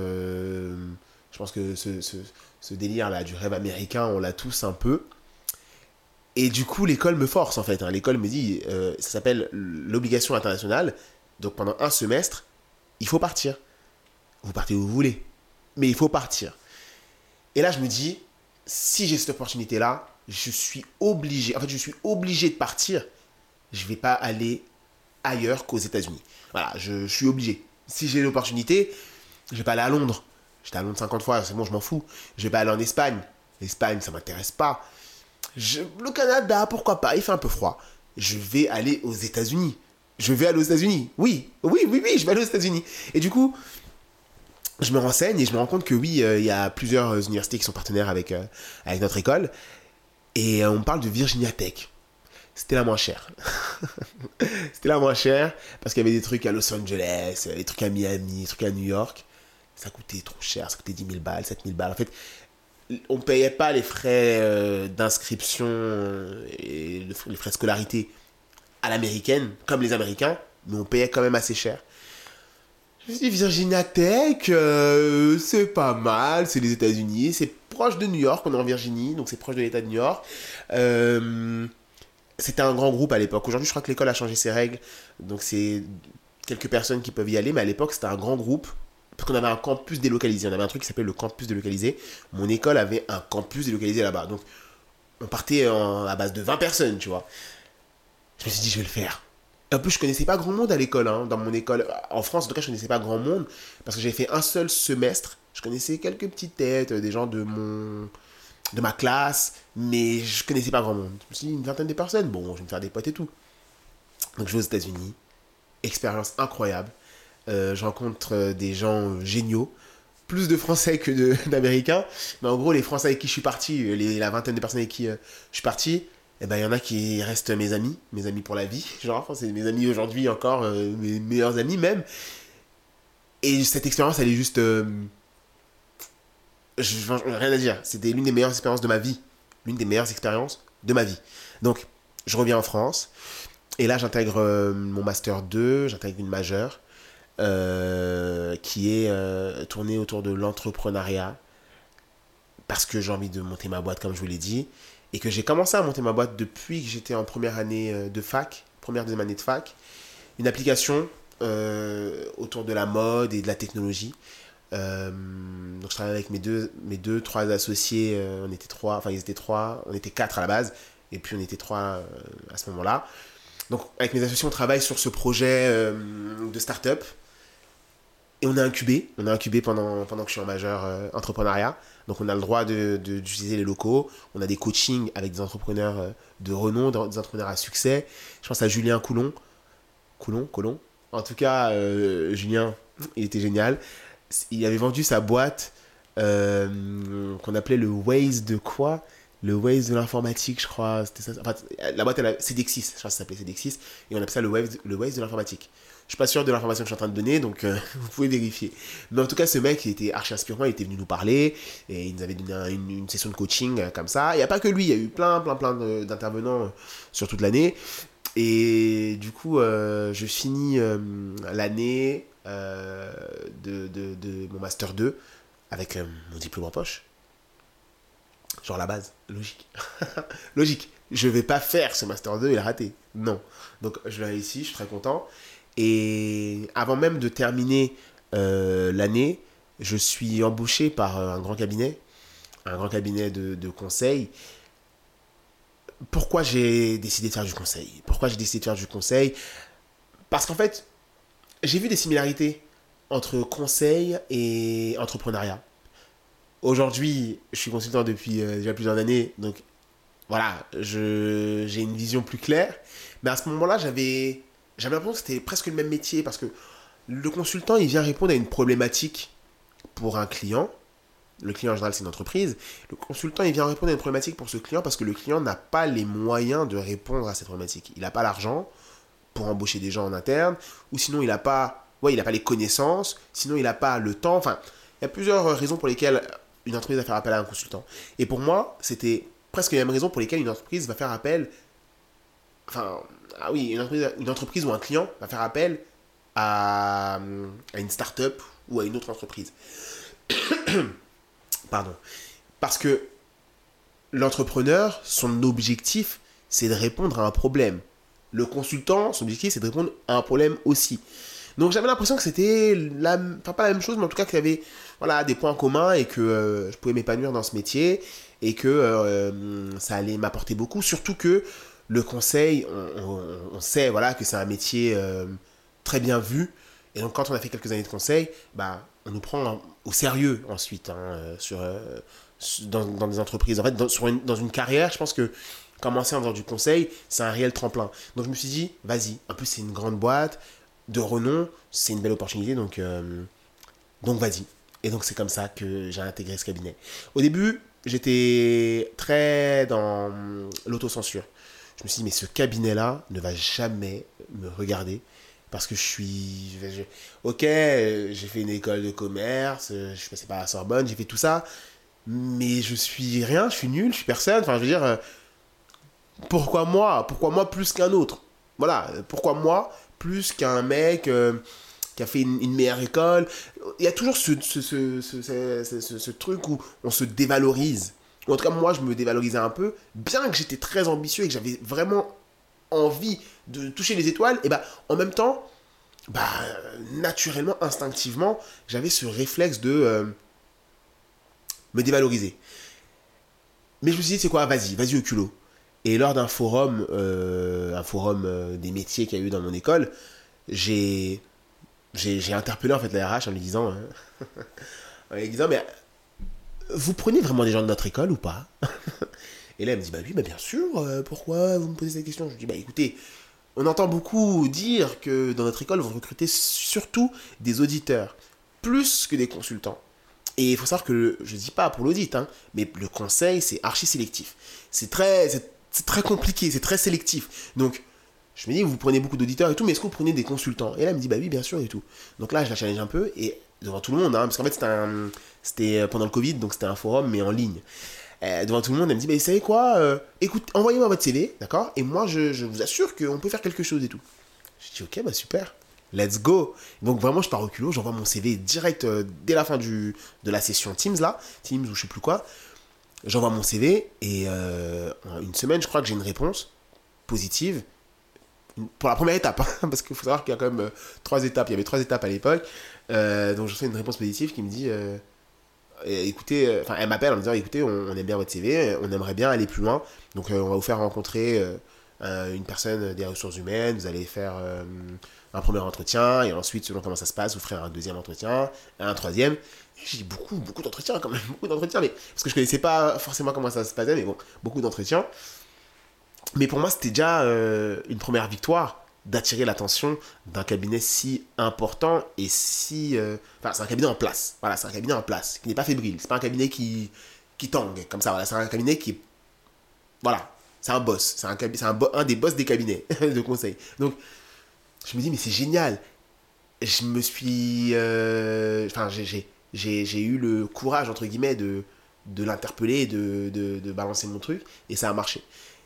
Je pense que ce délire-là du rêve américain, on l'a tous un peu. Et du coup, l'école me force, en fait. L'école me dit, ça s'appelle l'obligation internationale. Donc pendant un semestre, il faut partir. Vous partez où vous voulez. Mais il faut partir. Et là, je me dis, si j'ai cette opportunité-là, je suis obligé de partir. Je ne vais pas aller ailleurs qu'aux États-Unis. Voilà, je suis obligé. Si j'ai l'opportunité, je ne vais pas aller à Londres. J'étais à Londres 50 fois, c'est bon, je m'en fous. Je ne vais pas aller en Espagne. L'Espagne, ça ne m'intéresse pas. Le Canada, pourquoi pas, il fait un peu froid. Je vais aller aux États-Unis. Je vais aller aux États-Unis. Oui, je vais aller aux États-Unis. Et du coup, je me renseigne et je me rends compte que oui, il y a plusieurs universités qui sont partenaires avec notre école. Et on parle de Virginia Tech. C'était la moins chère. C'était la moins chère parce qu'il y avait des trucs à Los Angeles, des trucs à Miami, des trucs à New York. Ça coûtait trop cher, ça coûtait 10 000 balles, 7 000 balles. En fait, on ne payait pas les frais d'inscription et les frais de scolarité à l'américaine, comme les Américains, mais on payait quand même assez cher. Je me suis dit, Virginia Tech, c'est pas mal, c'est les États-Unis, c'est proche de New York, on est en Virginie, donc c'est proche de l'État de New York. C'était un grand groupe à l'époque. Aujourd'hui, je crois que l'école a changé ses règles, donc c'est quelques personnes qui peuvent y aller, mais à l'époque, c'était un grand groupe, parce qu'on avait un campus délocalisé. On avait un truc qui s'appelait le campus délocalisé. Mon école avait un campus délocalisé là-bas, donc on partait à base de 20 personnes, tu vois. Je me suis dit, je vais le faire. En plus, je connaissais pas grand monde à l'école, hein. Dans mon école, en France, en tout cas, je connaissais pas grand monde parce que j'avais fait un seul semestre. Je connaissais quelques petites têtes, des gens de ma classe, mais je connaissais pas grand monde. Je me suis dit, une vingtaine de personnes, bon, je vais me faire des potes et tout. Donc, je vais aux États-Unis, expérience incroyable. Je rencontre des gens géniaux, plus de Français que d'Américains. Mais en gros, les Français avec qui je suis parti, la vingtaine de personnes avec qui je suis parti, eh ben, il y en a qui restent mes amis pour la vie. Genre, enfin, c'est mes amis aujourd'hui encore, mes meilleurs amis même. Et cette expérience, elle est juste. Rien à dire. C'était l'une des meilleures expériences de ma vie. L'une des meilleures expériences de ma vie. Donc, je reviens en France. Et là, j'intègre mon Master 2, j'intègre une majeure qui est tournée autour de l'entrepreneuriat. Parce que j'ai envie de monter ma boîte, comme je vous l'ai dit. Et que j'ai commencé à monter ma boîte depuis que j'étais en première année de fac, première, deuxième année de fac. Une application autour de la mode et de la technologie. Donc je travaillais avec trois associés, on était trois, enfin ils étaient trois, on était quatre à la base, et puis on était trois à ce moment-là. Donc avec mes associés, on travaille sur ce projet de start-up, et on a incubé pendant que je suis en majeur entrepreneuriat. Donc on a le droit d'utiliser les locaux, on a des coachings avec des entrepreneurs de renom, des entrepreneurs à succès. Je pense à Julien Coulon. En tout cas, Julien, il était génial. Il avait vendu sa boîte qu'on appelait le Waze de quoi? Le Waze de l'informatique, je crois. C'était ça. Enfin, la boîte, Cedexis, je crois que ça s'appelait Cedexis. Et on appelait ça le Waze de l'informatique. Je suis pas sûr de l'information que je suis en train de donner, donc vous pouvez vérifier. Mais en tout cas, ce mec, il était archi inspirant, il était venu nous parler, et il nous avait donné une session de coaching comme ça. Il n'y a pas que lui, il y a eu plein d'intervenants sur toute l'année. Et du coup, je finis l'année de mon Master 2 avec mon diplôme en poche. Genre la base, logique. Logique. Je vais pas faire ce Master 2 et le rater. Non. Donc je l'ai réussi, je suis très content. Et avant même de terminer l'année, je suis embauché par un grand cabinet de conseil. Pourquoi j'ai décidé de faire du conseil? Parce qu'en fait, j'ai vu des similarités entre conseil et entrepreneuriat. Aujourd'hui, je suis consultant depuis déjà plusieurs années, donc voilà, j'ai une vision plus claire. Mais à ce moment-là, j'avais l'impression que c'était presque le même métier parce que le consultant, il vient répondre à une problématique pour un client. Le client en général, c'est une entreprise. Le consultant, il vient répondre à une problématique pour ce client parce que le client n'a pas les moyens de répondre à cette problématique. Il n'a pas l'argent pour embaucher des gens en interne, ou sinon il n'a pas, ouais, il a pas les connaissances, sinon il n'a pas le temps. Enfin, il y a plusieurs raisons pour lesquelles une entreprise va faire appel à un consultant. Et pour moi, c'était presque les mêmes raisons pour lesquelles une entreprise va faire appel. Enfin, ah oui, une entreprise ou un client va faire appel à une start-up ou à une autre entreprise. Pardon. Parce que l'entrepreneur, son objectif, c'est de répondre à un problème. Le consultant, son objectif, c'est de répondre à un problème aussi. Donc j'avais l'impression que c'était enfin, pas la même chose, mais en tout cas qu'il y avait voilà, des points communs et que je pouvais m'épanouir dans ce métier et que ça allait m'apporter beaucoup. Surtout que le conseil, on sait voilà, que c'est un métier très bien vu. Et donc quand on a fait quelques années de conseil, bah, on nous prend au sérieux ensuite dans des entreprises. En fait, dans une carrière, je pense que commencer en faisant du conseil, c'est un réel tremplin. Donc je me suis dit, vas-y. En plus, c'est une grande boîte de renom, c'est une belle opportunité, donc vas-y. Et donc c'est comme ça que j'ai intégré ce cabinet. Au début, j'étais très dans l'autocensure. Je me suis dit, mais ce cabinet-là ne va jamais me regarder parce que ok, j'ai fait une école de commerce, je suis passé par la Sorbonne, j'ai fait tout ça, mais je suis rien, je suis nul, je suis personne. Enfin, je veux dire, pourquoi moi? Pourquoi moi plus qu'un autre? Voilà, pourquoi moi plus qu'un mec qui a fait une meilleure école? Il y a toujours ce truc où on se dévalorise. Ou en tout cas, moi, je me dévalorisais un peu, bien que j'étais très ambitieux et que j'avais vraiment envie de toucher les étoiles, et bah, en même temps, bah, naturellement, instinctivement, j'avais ce réflexe de me dévaloriser. Mais je me suis dit, c'est quoi? Vas-y au culot. Et lors d'un forum, des métiers qu'il y a eu dans mon école, j'ai, j'ai interpellé en fait la RH en lui disant, en lui disant, mais vous prenez vraiment des gens de notre école ou pas? Et là, elle me dit, bah oui, bah bien sûr, pourquoi vous me posez cette question? Je lui dis, bah écoutez, on entend beaucoup dire que dans notre école, vous recrutez surtout des auditeurs, plus que des consultants. Et il faut savoir que, je ne dis pas pour l'audit, hein, mais le conseil, c'est archi sélectif. C'est très compliqué, c'est très sélectif. Donc, je me dis, vous prenez beaucoup d'auditeurs et tout, mais est-ce que vous prenez des consultants? Et là, elle me dit, bah oui, bien sûr et tout. Donc là, je la challenge un peu, et devant tout le monde, hein, parce qu'en fait, c'était pendant le Covid, donc c'était un forum, mais en ligne. Devant tout le monde, elle me dit, bah, vous savez quoi, écoute, envoyez-moi votre CV, d'accord? Et moi, je vous assure qu'on peut faire quelque chose et tout. Je dis, ok, bah super. Let's go. Donc vraiment, je pars au culot, j'envoie mon CV direct dès la fin de la session Teams là, Teams ou je sais plus quoi. J'envoie mon CV et en une semaine, je crois que j'ai une réponse positive pour la première étape, hein, parce qu'il faut savoir qu'il y a quand même 3 étapes. Il y avait 3 étapes à l'époque. Donc je fais une réponse positive qui me dit, écoutez, enfin elle m'appelle en me disant, écoutez, on aime bien votre CV, on aimerait bien aller plus loin. Donc on va vous faire rencontrer une personne des ressources humaines. Vous allez faire un premier entretien et ensuite, selon comment ça se passe, vous ferez un deuxième entretien, un troisième. J'ai dit beaucoup d'entretiens quand même, beaucoup d'entretiens, mais parce que je connaissais pas forcément comment ça se passait, mais bon, beaucoup d'entretiens. Mais pour moi, c'était déjà une première victoire d'attirer l'attention d'un cabinet si important et si... Enfin, c'est un cabinet en place. Voilà, c'est un cabinet en place, qui n'est pas fébrile. C'est pas un cabinet qui tangue, comme ça. Voilà, c'est un cabinet qui... Voilà, c'est un boss. Un des boss des cabinets de conseil. Donc, je me dis, mais c'est génial. Je me suis... Enfin, j'ai eu le courage, entre guillemets, de l'interpeller, de balancer mon truc, et ça a marché.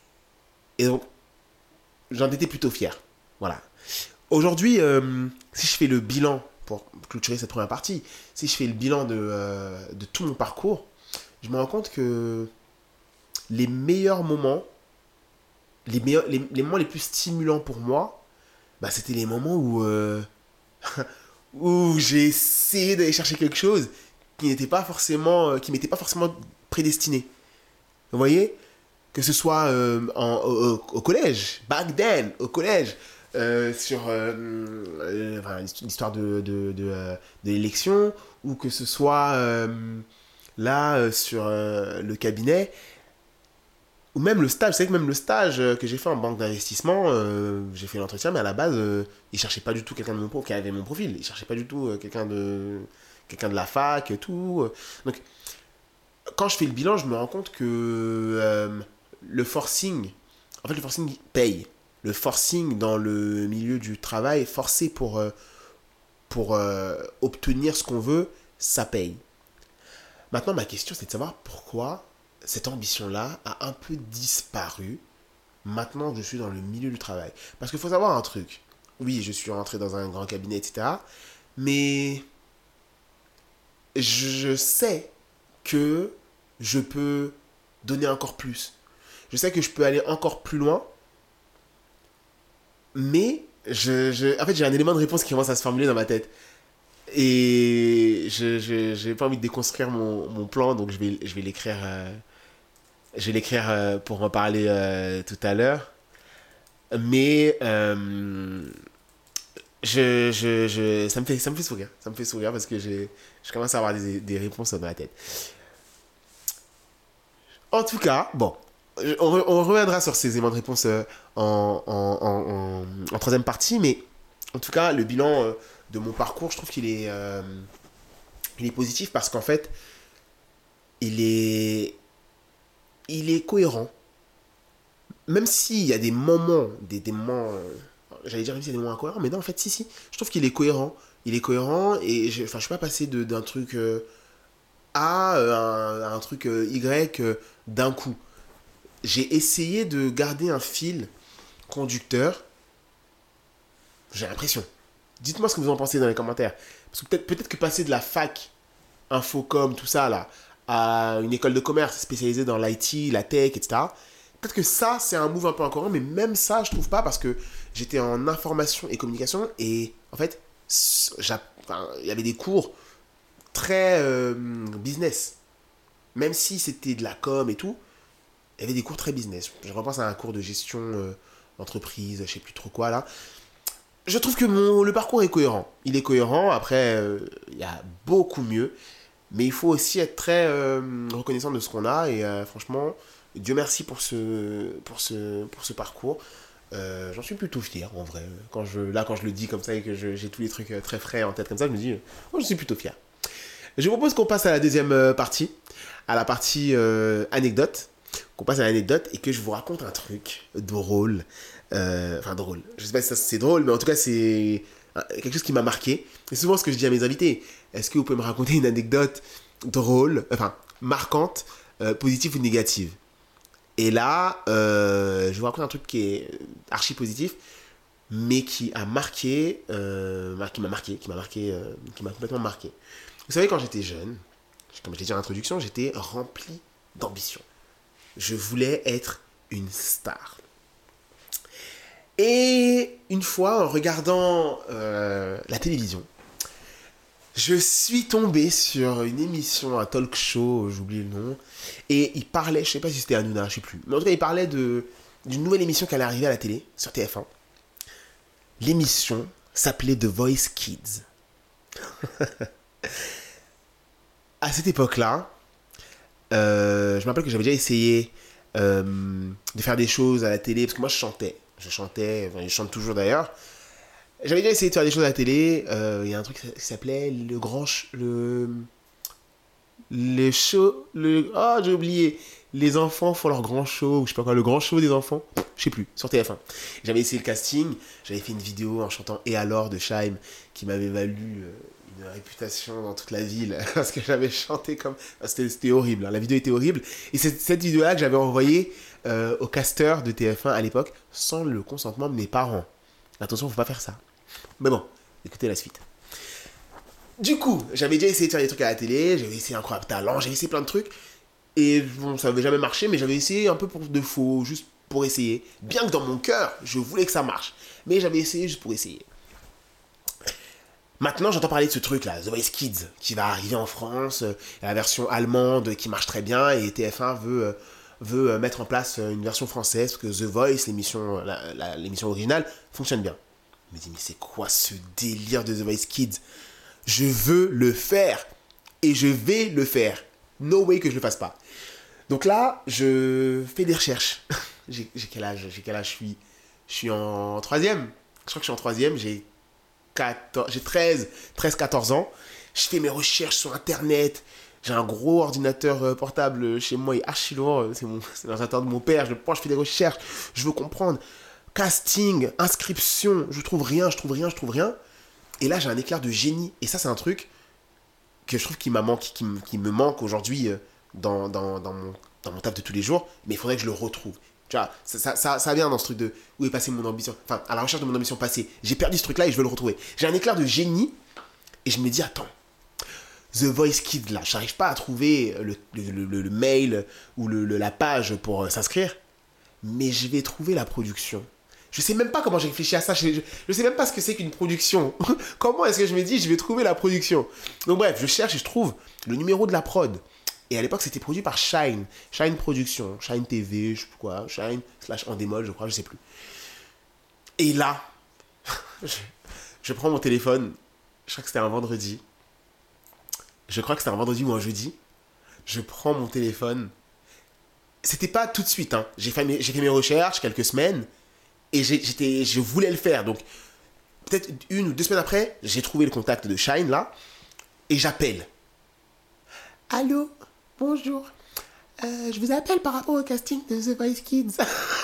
Et donc, j'en étais plutôt fier. Voilà. Aujourd'hui, si je fais le bilan, pour clôturer cette première partie, si je fais le bilan de tout mon parcours, je me rends compte que les meilleurs moments, les moments les plus stimulants pour moi, bah, c'était les moments où j'ai essayé d'aller chercher quelque chose qui n'était pas forcément, qui m'était pas forcément prédestiné. Vous voyez? Que ce soit au collège, back then, au collège, sur enfin, l'histoire de l'élection, ou que ce soit là sur le cabinet, ou même le stage. C'est vrai que même le stage que j'ai fait en banque d'investissement, j'ai fait l'entretien, mais à la base, ils cherchaient pas du tout quelqu'un de mon qui avait mon profil. Ils cherchaient pas du tout quelqu'un de la fac et tout. Donc, quand je fais le bilan, je me rends compte que le forcing, en fait, le forcing paye. Le forcing dans le milieu du travail, forcé pour obtenir ce qu'on veut, ça paye. Maintenant, ma question, c'est de savoir pourquoi cette ambition-là a un peu disparu maintenant que je suis dans le milieu du travail. Parce qu'il faut savoir un truc. Oui, je suis rentré dans un grand cabinet, etc. Mais je sais que je peux donner encore plus. Je sais que je peux aller encore plus loin, mais en fait, j'ai un élément de réponse qui commence à se formuler dans ma tête. Et j'ai pas envie de déconstruire mon plan, donc je vais l'écrire. Je vais l'écrire pour en parler tout à l'heure. Mais ça me fait sourire. Ça me fait sourire parce que je commence à avoir des réponses dans ma tête. En tout cas, bon, on reviendra sur ces éléments de réponse en troisième partie, mais en tout cas, le bilan de mon parcours, je trouve il est positif parce qu'en fait, il est, il est cohérent. Même s'il y a des moments, des moments, j'allais dire même s'il y a des moments incohérents, mais non, en fait, si, je trouve qu'il est cohérent. Il est cohérent et enfin, je suis pas passé d'un truc A à un truc Y d'un coup. J'ai essayé de garder un fil conducteur, j'ai l'impression. Dites-moi ce que vous en pensez dans les commentaires. Parce que peut-être que passer de la fac, infocom, tout ça, là, à une école de commerce spécialisée dans l'IT, la tech, etc., peut-être que ça, c'est un move un peu incohérent, mais même ça, je trouve pas, parce que j'étais en information et communication, et en fait, il y avait des cours très business. Même si c'était de la com et tout, il y avait des cours très business. Je repense à un cours de gestion d'entreprise, je sais plus trop quoi là. Je trouve que le parcours est cohérent. Il est cohérent, après, il y a beaucoup mieux. Mais il faut aussi être très reconnaissant de ce qu'on a. Et franchement, Dieu merci pour ce parcours. J'en suis plutôt fier, en vrai. Quand je le dis comme ça et que j'ai tous les trucs très frais en tête comme ça, je me dis, moi, je suis plutôt fier. Je vous propose qu'on passe à la deuxième partie, à la partie anecdote. Qu'on passe à l'anecdote et que je vous raconte un truc drôle. Enfin, drôle. Je sais pas si ça, c'est drôle, mais en tout cas, c'est quelque chose qui m'a marqué. C'est souvent ce que je dis à mes invités. Est-ce que vous pouvez me raconter une anecdote drôle, enfin, marquante, positive ou négative? Et là, je vous raconte un truc qui est archi positif, mais qui a marqué, qui m'a complètement marqué. Vous savez, quand j'étais jeune, comme je l'ai dit en introduction, j'étais rempli d'ambition. Je voulais être une star. Et une fois, en regardant la télévision, je suis tombé sur une émission, un talk show, j'oublie le nom, et il parlait, je sais pas si c'était Hanouna, je sais plus, mais en tout cas, il parlait d'une nouvelle émission qui allait arriver à la télé, sur TF1. L'émission s'appelait The Voice Kids. À cette époque-là, je me rappelle que j'avais déjà essayé de faire des choses à la télé, parce que moi je chantais, enfin, je chante toujours d'ailleurs. J'avais déjà essayé de faire des choses à la télé. Il y a un truc qui s'appelait le show, oh j'ai oublié, les enfants font leur grand show, ou je sais pas quoi, le grand show des enfants, je sais plus, sur TF1. J'avais essayé le casting, j'avais fait une vidéo en chantant Et alors de Scheim, qui m'avait valu une réputation dans toute la ville, parce que j'avais chanté comme... C'était horrible, hein. La vidéo était horrible, et c'est cette vidéo-là que j'avais envoyée au casteur de TF1 à l'époque, sans le consentement de mes parents. Attention, faut pas faire ça. Mais bon, écoutez la suite. Du coup, j'avais déjà essayé de faire des trucs à la télé, j'avais essayé Incroyable Talent, j'avais essayé plein de trucs. Et bon, ça n'avait jamais marché, mais j'avais essayé un peu pour de faux, juste pour essayer. Bien que dans mon cœur, je voulais que ça marche. Mais j'avais essayé juste pour essayer. Maintenant, j'entends parler de ce truc-là, The Voice Kids, qui va arriver en France, la version allemande qui marche très bien, et TF1 veut mettre en place une version française, parce que The Voice, l'émission originale, fonctionne bien. Je me dis, mais c'est quoi ce délire de The Voice Kids? Je veux le faire. Et je vais le faire. No way que je le fasse pas. Donc là, je fais des recherches. J'ai quel âge je suis en troisième. Je crois que je suis en troisième. J'ai 13-14 ans. Je fais mes recherches sur Internet. J'ai un gros ordinateur portable chez moi. Il est archi lourd. C'est l'ordinateur de mon père. Je fais des recherches. Je veux comprendre. Casting, inscription. Je trouve rien. Et là, j'ai un éclair de génie. Et ça, c'est un truc que je trouve qui me manque aujourd'hui dans mon taf de tous les jours. Mais il faudrait que je le retrouve. Tu vois, ça vient dans ce truc de où est passée mon ambition. Enfin, à la recherche de mon ambition passée. J'ai perdu ce truc-là et je veux le retrouver. J'ai un éclair de génie. Et je me dis, attends, The Voice Kids, là, j'arrive pas à trouver le mail ou la page pour s'inscrire. Mais je vais trouver la production. Je sais même pas comment j'ai réfléchi à ça. Je sais même pas ce que c'est qu'une production. Comment est-ce que je me dis, je vais trouver la production? Donc bref, je cherche et je trouve le numéro de la prod. Et à l'époque, c'était produit par Shine. Shine Production. Shine TV, je sais plus quoi. Shine / Endemol, je crois, je sais plus. Et là, je prends mon téléphone. Je crois que c'était un vendredi. Je crois que c'était un vendredi ou un jeudi. Je prends mon téléphone. C'était pas tout de suite, hein. J'ai fait mes recherches, quelques semaines. Et je voulais le faire. Donc, peut-être 1 ou 2 semaines après, j'ai trouvé le contact de Shine, là. Et j'appelle. Allô, bonjour. Je vous appelle par rapport au casting de The Voice Kids.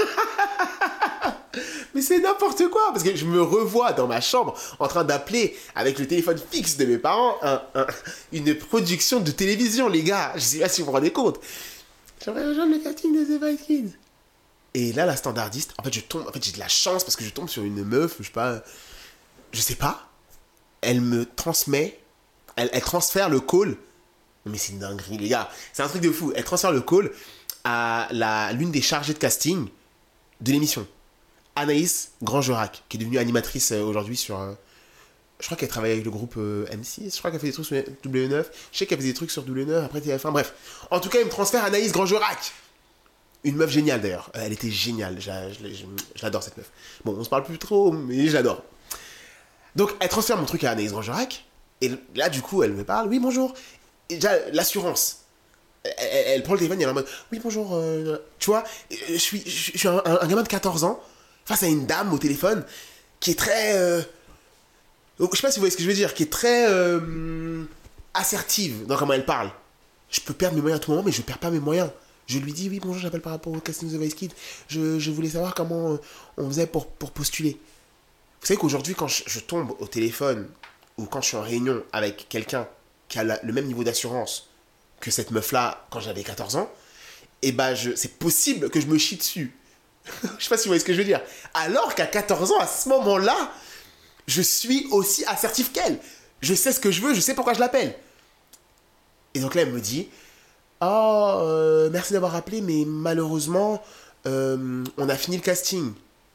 Mais c'est n'importe quoi. Parce que je me revois dans ma chambre en train d'appeler avec le téléphone fixe de mes parents une production de télévision, les gars. Je sais pas si vous vous rendez compte. J'aimerais rejoindre le casting de The Voice Kids. Et là, la standardiste, en fait, j'ai de la chance parce que je tombe sur une meuf, je sais pas, elle me transmet, elle transfère le call, mais c'est une dinguerie, les gars, c'est un truc de fou, elle transfère le call à l'une des chargées de casting de l'émission, Anaïs Grangerac, qui est devenue animatrice aujourd'hui sur, je crois qu'elle travaille avec le groupe M6, je crois qu'elle fait des trucs sur W9, je sais qu'elle faisait des trucs sur W9, après TF1, bref, en tout cas, elle me transfère Anaïs Grangerac. Une meuf géniale d'ailleurs. Elle était géniale. Je l'adore cette meuf. Bon, on se parle plus trop, mais je l'adore. Donc, elle transfère mon truc à Anaïs Ranjerac. Et là, du coup, elle me parle. Oui, bonjour. Et déjà, l'assurance. Elle prend le téléphone et elle est en mode oui, bonjour. Tu vois, je suis un gamin de 14 ans face à une dame au téléphone qui est très. Je sais pas si vous voyez ce que je veux dire. Qui est très assertive dans comment elle parle. Je peux perdre mes moyens à tout moment, mais je perds pas mes moyens. Je lui dis oui, bonjour, j'appelle par rapport au casting The Voice Kids. Je voulais savoir comment on faisait pour postuler. Vous savez qu'aujourd'hui, quand je tombe au téléphone ou quand je suis en réunion avec quelqu'un qui a le même niveau d'assurance que cette meuf-là quand j'avais 14 ans, et bah c'est possible que je me chie dessus. Je sais pas si vous voyez ce que je veux dire. Alors qu'à 14 ans, à ce moment-là, je suis aussi assertif qu'elle. Je sais ce que je veux, je sais pourquoi je l'appelle. Et donc là, elle me dit oh, merci d'avoir appelé, mais malheureusement, on a fini le casting.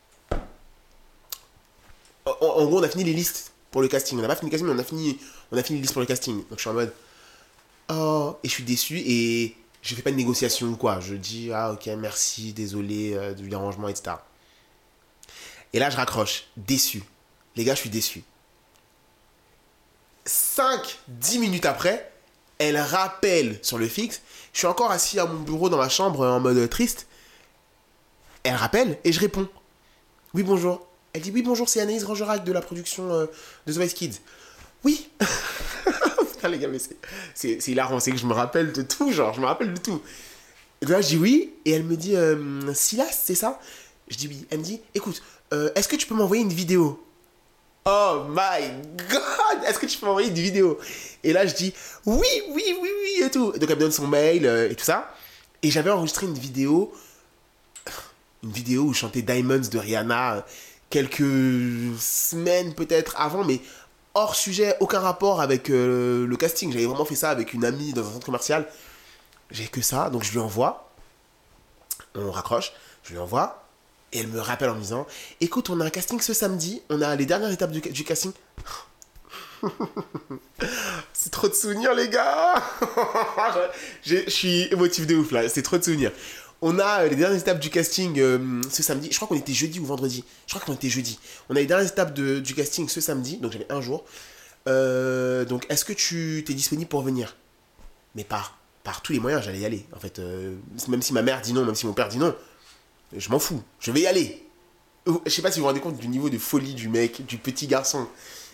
En gros, on a fini les listes pour le casting. On n'a pas fini le casting, mais on a fini les listes pour le casting. Donc je suis en mode oh, et je suis déçu et je fais pas de négociation ou quoi. Je dis ah ok, merci, désolé du dérangement, etc. Et là, je raccroche, déçu. Les gars, je suis déçu. 5-10 minutes après, elle rappelle sur le fixe. Je suis encore assis à mon bureau dans ma chambre en mode triste. Elle rappelle et je réponds. Oui, bonjour. Elle dit oui, bonjour, c'est Anaïs Ranjerac de la production de The Voice Kids. Oui. Putain, les gars, mais c'est hilarant. C'est que je me rappelle de tout, genre, je me rappelle de tout. Et là, je dis oui. Et elle me dit Silas, c'est ça? Je dis oui. Elle me dit écoute, est-ce que tu peux m'envoyer une vidéo? Oh my god! Est-ce que tu peux m'envoyer une vidéo? Et là, je dis oui, oui, oui, oui, et tout. Donc, elle me donne son mail et tout ça. Et j'avais enregistré une vidéo où je chantais Diamonds de Rihanna quelques semaines peut-être avant, mais hors sujet, aucun rapport avec le casting. J'avais vraiment fait ça avec une amie dans un centre commercial. J'ai que ça, donc je lui envoie. On raccroche, je lui envoie. Et elle me rappelle en me disant écoute, on a un casting ce samedi, on a les dernières étapes du casting. C'est trop de souvenirs, les gars. Je suis émotif de ouf là, c'est trop de souvenirs. On a les dernières étapes du casting ce samedi. Je crois qu'on était jeudi ou vendredi. Je crois qu'on était jeudi. On a les dernières étapes du casting ce samedi, donc j'avais un jour. Donc est-ce que tu t'es disponible pour venir? Mais par tous les moyens, j'allais y aller. En fait, même si ma mère dit non, même si mon père dit non, je m'en fous, je vais y aller. Je sais pas si vous vous rendez compte du niveau de folie du mec, du petit garçon.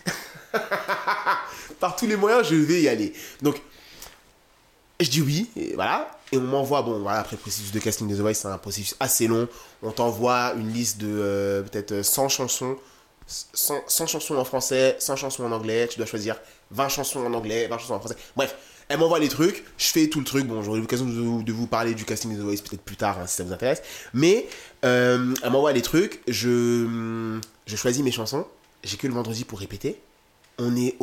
Par tous les moyens, je vais y aller. Donc, je dis oui, et voilà. Et on m'envoie, bon, voilà, après le processus de casting de The Voice, c'est un processus assez long. On t'envoie une liste de peut-être 100 chansons. 100 chansons en français, 100 chansons en anglais. Tu dois choisir 20 chansons en anglais, 20 chansons en français. Bref, elle m'envoie les trucs, je fais tout le truc. Bon, j'aurai l'occasion de vous parler du casting de The Voice peut-être plus tard, hein, si ça vous intéresse. Mais elle m'envoie les trucs, je choisis mes chansons. J'ai que le vendredi pour répéter. On est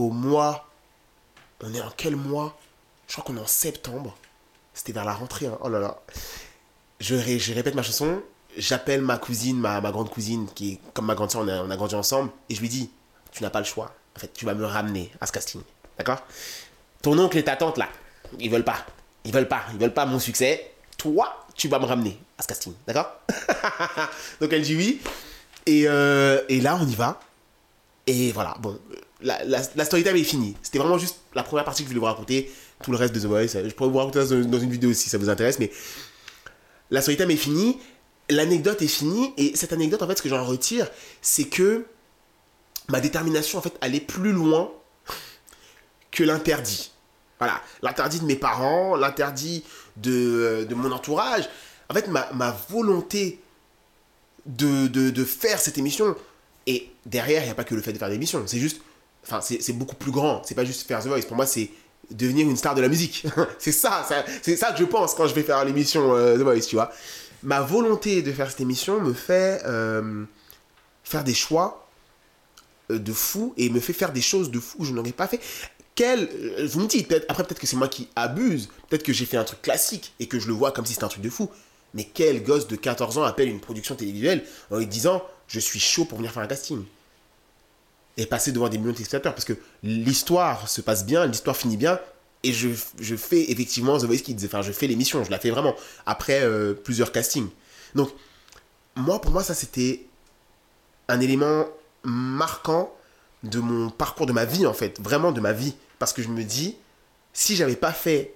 en quel mois? Je crois qu'on est en septembre. C'était vers la rentrée, hein. Oh là là. Je répète ma chanson. J'appelle ma cousine, ma grande cousine, qui est comme ma grande soeur, on a grandi ensemble. Et je lui dis, tu n'as pas le choix. En fait, tu vas me ramener à ce casting. D'accord? Ton oncle et ta tante, là, ils veulent pas. Ils veulent pas mon succès. Toi, tu vas me ramener à ce casting. D'accord? Donc elle dit oui. Et là, on y va. Et voilà, bon, la story time est finie. C'était vraiment juste la première partie que je voulais vous raconter. Tout le reste de The Voice, je pourrais vous raconter ça dans une vidéo si ça vous intéresse, mais la story time est finie, l'anecdote est finie, et cette anecdote, en fait, ce que j'en retire, c'est que ma détermination, en fait, allait plus loin que l'interdit. Voilà, l'interdit de mes parents, l'interdit de mon entourage. En fait, ma volonté de faire cette émission, et derrière, il n'y a pas que le fait de faire l'émission, c'est juste, enfin, c'est beaucoup plus grand, c'est pas juste faire The Voice, pour moi, c'est devenir une star de la musique. c'est ça que je pense quand je vais faire l'émission The Voice, tu vois. Ma volonté de faire cette émission me fait faire des choix de fou et me fait faire des choses de fou que je n'aurais pas fait. Vous me dites, peut-être que c'est moi qui abuse, peut-être que j'ai fait un truc classique et que je le vois comme si c'était un truc de fou. Mais quel gosse de 14 ans appelle une production télévisuelle en lui disant je suis chaud pour venir faire un casting et passer devant des millions de téléspectateurs, parce que l'histoire se passe bien, l'histoire finit bien, Et je fais effectivement The Voice Kids. Enfin, je fais l'émission, je la fais vraiment. Après plusieurs castings. Donc, pour moi, ça, c'était un élément marquant de mon parcours, de ma vie, en fait. Vraiment de ma vie. Parce que je me dis, si j'avais pas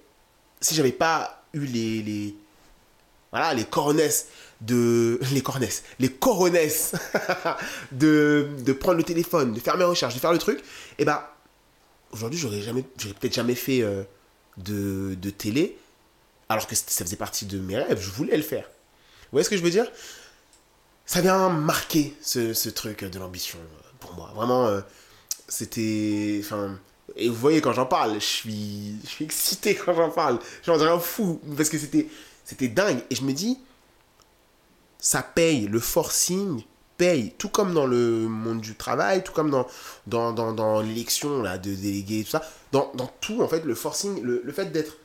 eu voilà, les coronesses les coronesses de prendre le téléphone, de faire mes recherches, de faire le truc, et ben, aujourd'hui, j'aurais peut-être jamais fait de télé, alors que ça faisait partie de mes rêves, je voulais le faire. Vous voyez ce que je veux dire? Ça vient marquer ce truc de l'ambition pour moi. Vraiment, c'était. Enfin. Et vous voyez, quand j'en parle, je suis excité quand j'en parle. J'en dirais un fou, parce que c'était dingue. Et je me dis, ça paye, le forcing paye, tout comme dans le monde du travail, tout comme dans l'élection là, de délégués, tout ça. Dans tout, en fait, le forcing, le fait d'être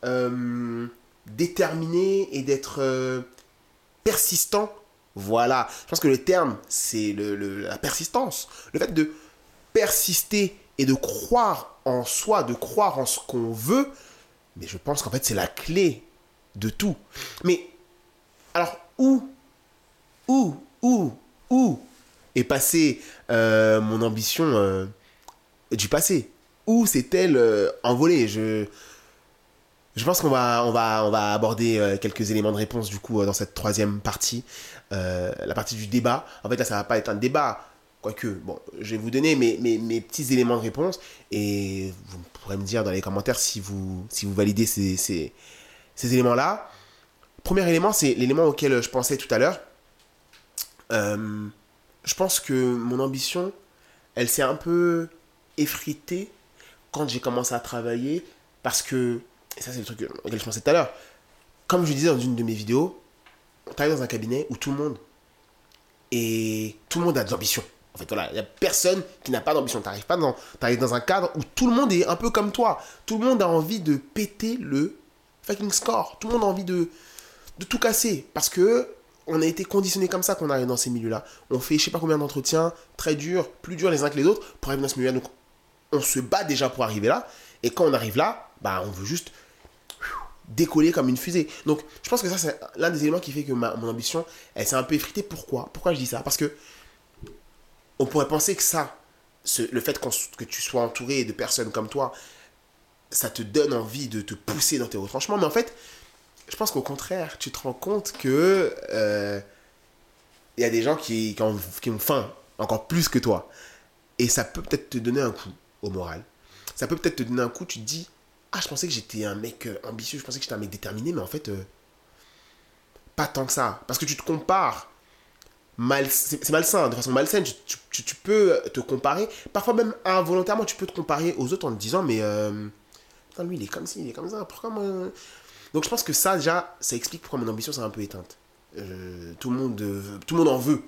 déterminé et d'être persistant, voilà. Je pense que le terme, c'est la persistance. Le fait de persister et de croire en soi, de croire en ce qu'on veut, mais je pense qu'en fait, c'est la clé de tout. Mais, alors, où est passée mon ambition du passé? Où s'est-elle envolée? Je pense qu'on va aborder quelques éléments de réponse du coup dans cette troisième partie, la partie du débat. En fait là ça va pas être un débat, quoique bon, je vais vous donner mes petits éléments de réponse et vous pourrez me dire dans les commentaires si vous validez ces éléments-là. Premier élément, c'est l'élément auquel je pensais tout à l'heure. Je pense que mon ambition, elle s'est un peu effritée quand j'ai commencé à travailler parce que, et ça c'est le truc auquel je pensais tout à l'heure, comme je disais dans une de mes vidéos, on travaille dans un cabinet où tout le monde a de l'ambition. En fait, voilà, il n'y a personne qui n'a pas d'ambition. T'arrives dans un cadre où tout le monde est un peu comme toi. Tout le monde a envie de péter le fucking score. Tout le monde a envie de tout casser. Parce que on a été conditionné comme ça qu'on arrive dans ces milieux-là. On fait je sais pas combien d'entretiens, très durs, plus durs les uns que les autres, pour arriver dans ce milieu-là. Donc, on se bat déjà pour arriver là. Et quand on arrive là, on veut juste décoller comme une fusée. Donc, je pense que ça, c'est l'un des éléments qui fait que mon ambition, elle s'est un peu effritée. Pourquoi je dis ça? Parce que on pourrait penser que le fait que tu sois entouré de personnes comme toi, ça te donne envie de te pousser dans tes retranchements. Mais en fait, je pense qu'au contraire, tu te rends compte que y a des gens qui ont faim encore plus que toi. Et ça peut peut-être te donner un coup au moral. Ça peut peut-être te donner un coup, tu te dis, ah, je pensais que j'étais un mec ambitieux, je pensais que j'étais un mec déterminé, mais en fait, pas tant que ça. Parce que tu te compares. C'est malsain, de façon malsaine, tu peux te comparer. Parfois même involontairement, tu peux te comparer aux autres en te disant, mais putain, lui, il est comme ci, il est comme ça, pourquoi moi... Donc je pense que ça, déjà, ça explique pourquoi mon ambition s'est un peu éteinte. Tout le monde en veut.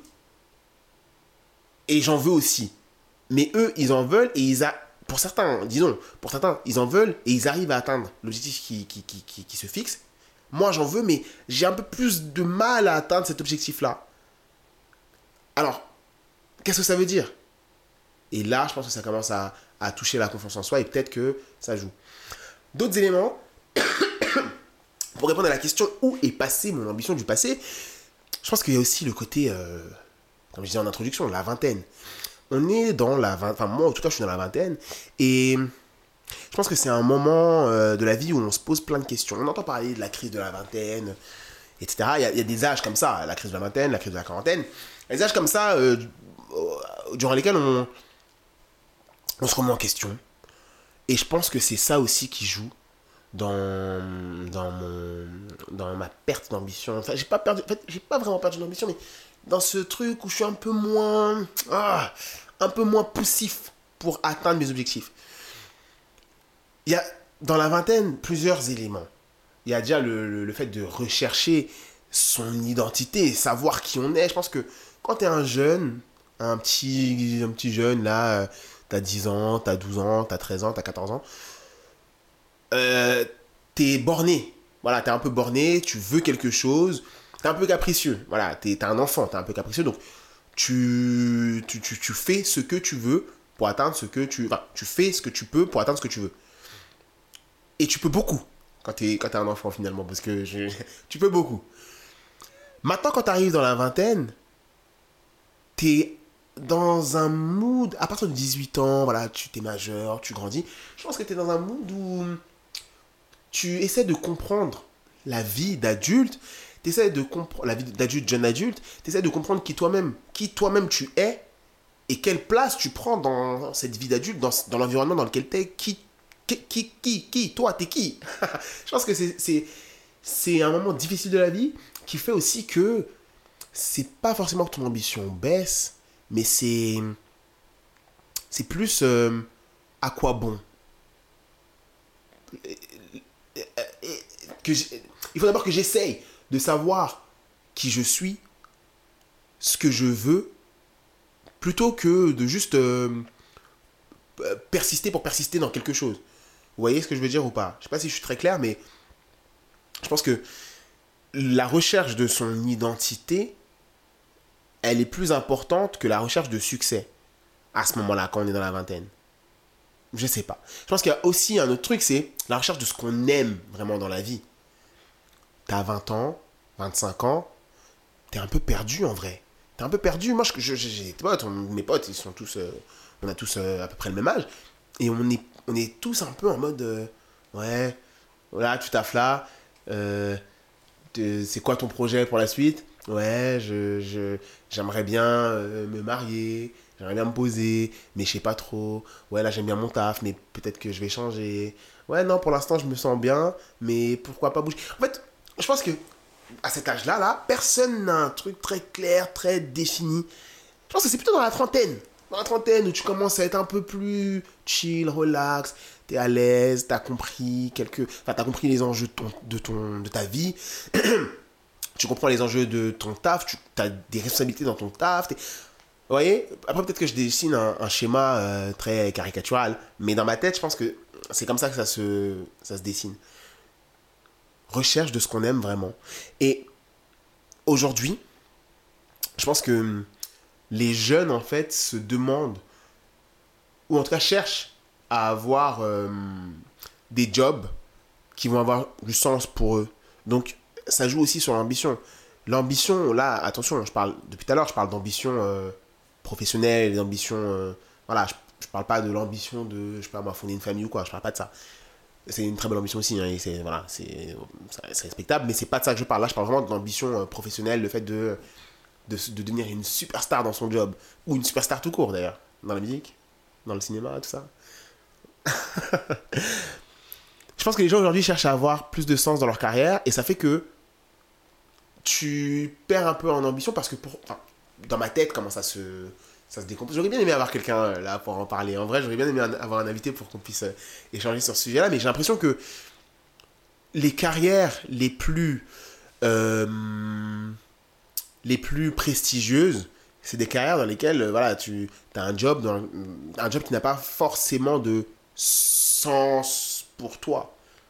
Et j'en veux aussi. Mais eux, ils en veulent et pour certains, ils en veulent et ils arrivent à atteindre l'objectif qui se fixe. Moi, j'en veux, mais j'ai un peu plus de mal à atteindre cet objectif-là. Alors, qu'est-ce que ça veut dire? Et là, je pense que ça commence à toucher la confiance en soi et peut-être que ça joue. D'autres éléments, pour répondre à la question où est passée mon ambition du passé, je pense qu'il y a aussi le côté, comme je disais en introduction, la vingtaine. On est dans la vingtaine, enfin moi en tout cas je suis dans la vingtaine, et je pense que c'est un moment de la vie où on se pose plein de questions. On entend parler de la crise de la vingtaine, etc. Il y a des âges comme ça, la crise de la vingtaine, la crise de la quarantaine. Il y a des âges comme ça durant lesquels on se remet en question. Et je pense que c'est ça aussi qui joue dans ma perte d'ambition. Enfin, j'ai pas vraiment perdu d'ambition, mais dans ce truc où je suis un peu moins poussif pour atteindre mes objectifs. Il y a dans la vingtaine plusieurs éléments. Il y a déjà le fait de rechercher son identité, savoir qui on est. Je pense que quand t'es un jeune, un petit jeune là, t'as 10 ans, t'as 12 ans, t'as 13 ans, t'as 14 ans, t'es borné. Voilà, t'es un peu borné, tu veux quelque chose, t'es un peu capricieux. Voilà, t'es un enfant, t'es un peu capricieux, donc tu fais ce que tu veux pour atteindre ce que tu... Enfin, tu fais ce que tu peux pour atteindre ce que tu veux. Et tu peux beaucoup quand t'es un enfant finalement, parce que tu peux beaucoup. Maintenant, quand t'arrives dans la vingtaine, t'es dans un mood, à partir de 18 ans, voilà, tu t'es majeur, tu grandis. Je pense que t'es dans un mood où tu essaies de comprendre la vie d'adulte, tu essaies de comprendre la vie d'adulte, jeune adulte, tu essaies de comprendre qui toi-même tu es et quelle place tu prends dans cette vie d'adulte, dans l'environnement dans lequel tu es, toi, t'es qui. Je pense que c'est un moment difficile de la vie qui fait aussi que c'est pas forcément que ton ambition baisse, mais c'est plus à quoi bon. Il faut d'abord que j'essaye de savoir qui je suis, ce que je veux, plutôt que de juste persister pour persister dans quelque chose. Vous voyez ce que je veux dire ou pas? Je sais pas si je suis très clair, mais je pense que la recherche de son identité, elle est plus importante que la recherche de succès à ce moment-là, quand on est dans la vingtaine. Je sais pas. Je pense qu'il y a aussi un autre truc, c'est la recherche de ce qu'on aime vraiment dans la vie. T'as 20 ans, 25 ans, t'es un peu perdu en vrai. T'es un peu perdu. Moi, j'ai des potes, mes potes, ils sont tous, on a tous à peu près le même âge. Et on est tous un peu en mode, ouais, voilà, tu taffes là. C'est quoi ton projet pour la suite? Ouais, j'aimerais bien me marier, j'aimerais bien me poser, mais je sais pas trop. Ouais, là j'aime bien mon taf, mais peut-être que je vais changer. Ouais, non, pour l'instant je me sens bien, mais pourquoi pas bouger? En fait, je pense que à cet âge-là, personne n'a un truc très clair, très défini. Je pense que c'est plutôt dans la trentaine. Dans la trentaine où tu commences à être un peu plus chill, relax, t'es à l'aise, t'as compris t'as compris les enjeux de ta vie. Tu comprends les enjeux de ton taf, tu as des responsabilités dans ton taf. Vous voyez? Après, peut-être que je dessine un schéma très caricatural, mais dans ma tête, je pense que c'est comme ça que ça se dessine. Recherche de ce qu'on aime vraiment. Et aujourd'hui, je pense que les jeunes, en fait, se demandent, ou en tout cas cherchent à avoir des jobs qui vont avoir du sens pour eux. Donc, ça joue aussi sur l'ambition. L'ambition, là, attention, depuis tout à l'heure, je parle d'ambition professionnelle, d'ambition. Voilà, je parle pas de l'ambition de, je sais pas, moi, fonder une famille ou quoi, je parle pas de ça. C'est une très belle ambition aussi, hein, et c'est respectable, mais c'est pas de ça que je parle. Là, je parle vraiment de l'ambition professionnelle, le fait de devenir une superstar dans son job, ou une superstar tout court d'ailleurs, dans la musique, dans le cinéma, tout ça. Je pense que les gens aujourd'hui cherchent à avoir plus de sens dans leur carrière, et ça fait que tu perds un peu en ambition parce que dans ma tête, comment ça se décompose. J'aurais bien aimé avoir quelqu'un là pour en parler. En vrai, j'aurais bien aimé avoir un invité pour qu'on puisse échanger sur ce sujet-là, mais j'ai l'impression que les carrières les plus prestigieuses, c'est des carrières dans lesquelles voilà, tu as un job qui n'a pas forcément de sens pour toi.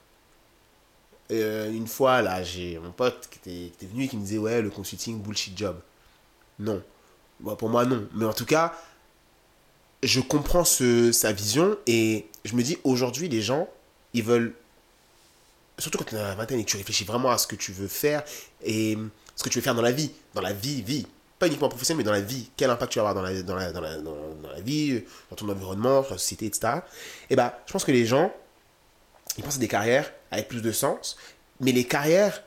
Une fois, là, j'ai mon pote qui était venu et qui me disait, ouais, le consulting, bullshit job. Non. Bon, pour moi, non. Mais en tout cas, je comprends sa vision et je me dis, aujourd'hui, les gens, ils veulent, surtout quand tu es dans la vingtaine et que tu réfléchis vraiment à ce que tu veux faire et ce que tu veux faire dans la vie. Pas uniquement professionnelle, mais dans la vie. Quel impact tu vas avoir dans la vie, dans ton environnement, dans la société, etc. Et bah, je pense que les gens, ils pensent à des carrières avec plus de sens, mais les carrières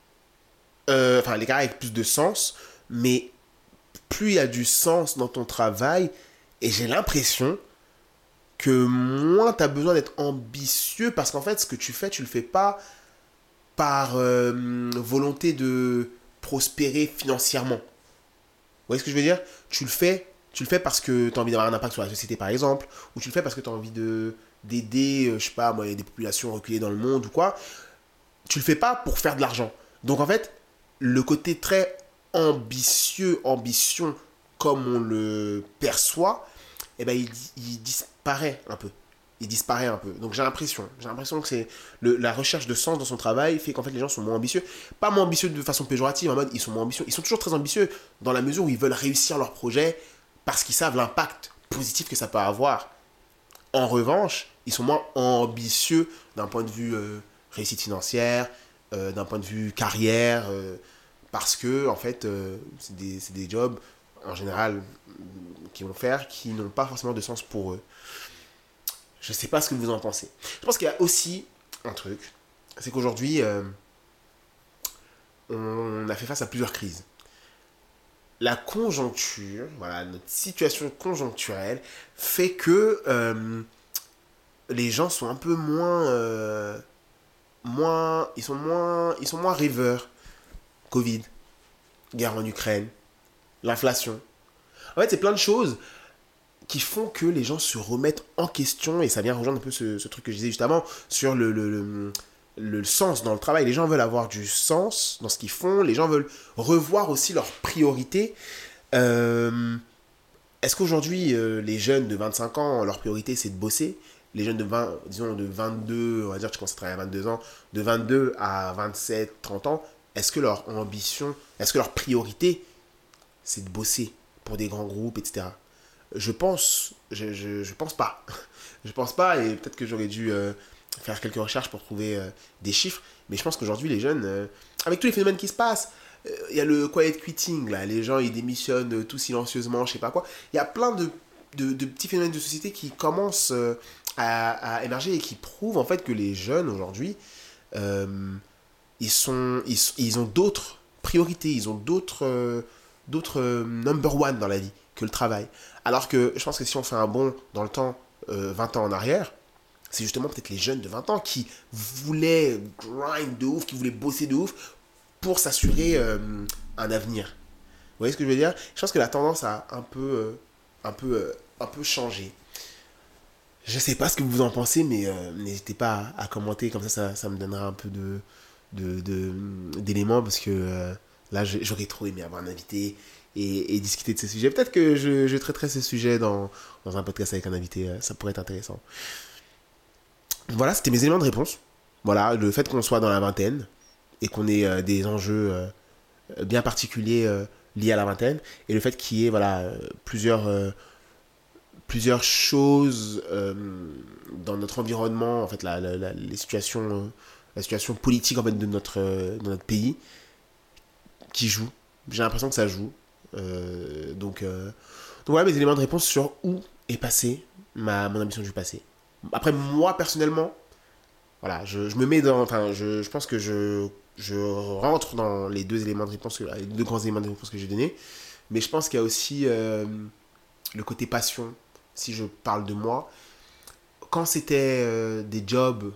avec plus de sens, mais plus il y a du sens dans ton travail, et j'ai l'impression que moins tu as besoin d'être ambitieux, parce qu'en fait, ce que tu fais, tu le fais pas par volonté de prospérer financièrement. Vous voyez ce que je veux dire? Tu le fais parce que tu as envie d'avoir un impact sur la société, par exemple, ou tu le fais parce que tu as envie d'aider, je sais pas, moi, des populations reculées dans le monde ou quoi. Tu le fais pas pour faire de l'argent. Donc en fait, le côté très ambition, comme on le perçoit, eh ben, il disparaît un peu. Il disparaît un peu. Donc j'ai l'impression que c'est la recherche de sens dans son travail fait qu'en fait les gens sont moins ambitieux. Pas moins ambitieux de façon péjorative, en mode ils sont moins ambitieux. Ils sont toujours très ambitieux dans la mesure où ils veulent réussir leur projet parce qu'ils savent l'impact positif que ça peut avoir. En revanche, Ils sont moins ambitieux d'un point de vue réussite financière, d'un point de vue carrière, parce que, en fait, c'est des jobs, en général, qu'ils vont faire, qui n'ont pas forcément de sens pour eux. Je sais pas ce que vous en pensez. Je pense qu'il y a aussi un truc, c'est qu'aujourd'hui, on a fait face à plusieurs crises. La conjoncture, voilà, notre situation conjoncturelle fait que les gens sont un peu ils sont moins rêveurs. Covid, guerre en Ukraine, l'inflation. En fait, c'est plein de choses qui font que les gens se remettent en question, et ça vient rejoindre un peu ce truc que je disais juste avant, sur le sens dans le travail. Les gens veulent avoir du sens dans ce qu'ils font, les gens veulent revoir aussi leurs priorités. Euh, Est-ce qu'aujourd'hui, les jeunes de 25 ans, leur priorité, c'est de bosser? Les jeunes de 20, disons de 22, on va dire que tu commences à travailler à 22 ans, de 22 à 27, 30 ans, est-ce que leur ambition, est-ce que leur priorité, c'est de bosser pour des grands groupes, etc. Je pense pas. Je pense pas, et peut-être que j'aurais dû faire quelques recherches pour trouver des chiffres, mais je pense qu'aujourd'hui, les jeunes, avec tous les phénomènes qui se passent, il y a le quiet quitting, là, les gens ils démissionnent tout silencieusement, je sais pas quoi. Il y a plein de petits phénomènes de société qui commencent à émerger et qui prouvent en fait que les jeunes aujourd'hui, euh, ils ont d'autres priorités, ils ont d'autres number one dans la vie que le travail. Alors que je pense que si on fait un bond dans le temps, 20 ans en arrière, c'est justement peut-être les jeunes de 20 ans qui voulaient grind de ouf, qui voulaient bosser de ouf pour s'assurer un avenir. Vous voyez ce que je veux dire? Je pense que la tendance a un peu changé. Je sais pas ce que vous en pensez, mais n'hésitez pas à commenter, comme ça me donnera un peu d'éléments, parce que là, j'aurais trop aimé avoir un invité et discuter de ces sujets. Peut-être que je traiterai ces sujets dans un podcast avec un invité, ça pourrait être intéressant. Voilà, c'était mes éléments de réponse. Voilà, le fait qu'on soit dans la vingtaine et qu'on ait des enjeux bien particuliers liés à la vingtaine, et le fait qu'il y ait voilà, plusieurs choses dans notre environnement, en fait, la situation politique en fait, de notre pays qui joue. J'ai l'impression que ça joue. Donc voilà mes éléments de réponse sur où est passé mon ambition du passé. Après, moi, personnellement, voilà, je me mets dans. Enfin, je pense que je rentre dans les deux éléments de réponse, les deux grands éléments de réponse que j'ai donnés. Mais je pense qu'il y a aussi le côté passion, si je parle de moi. Quand c'était des jobs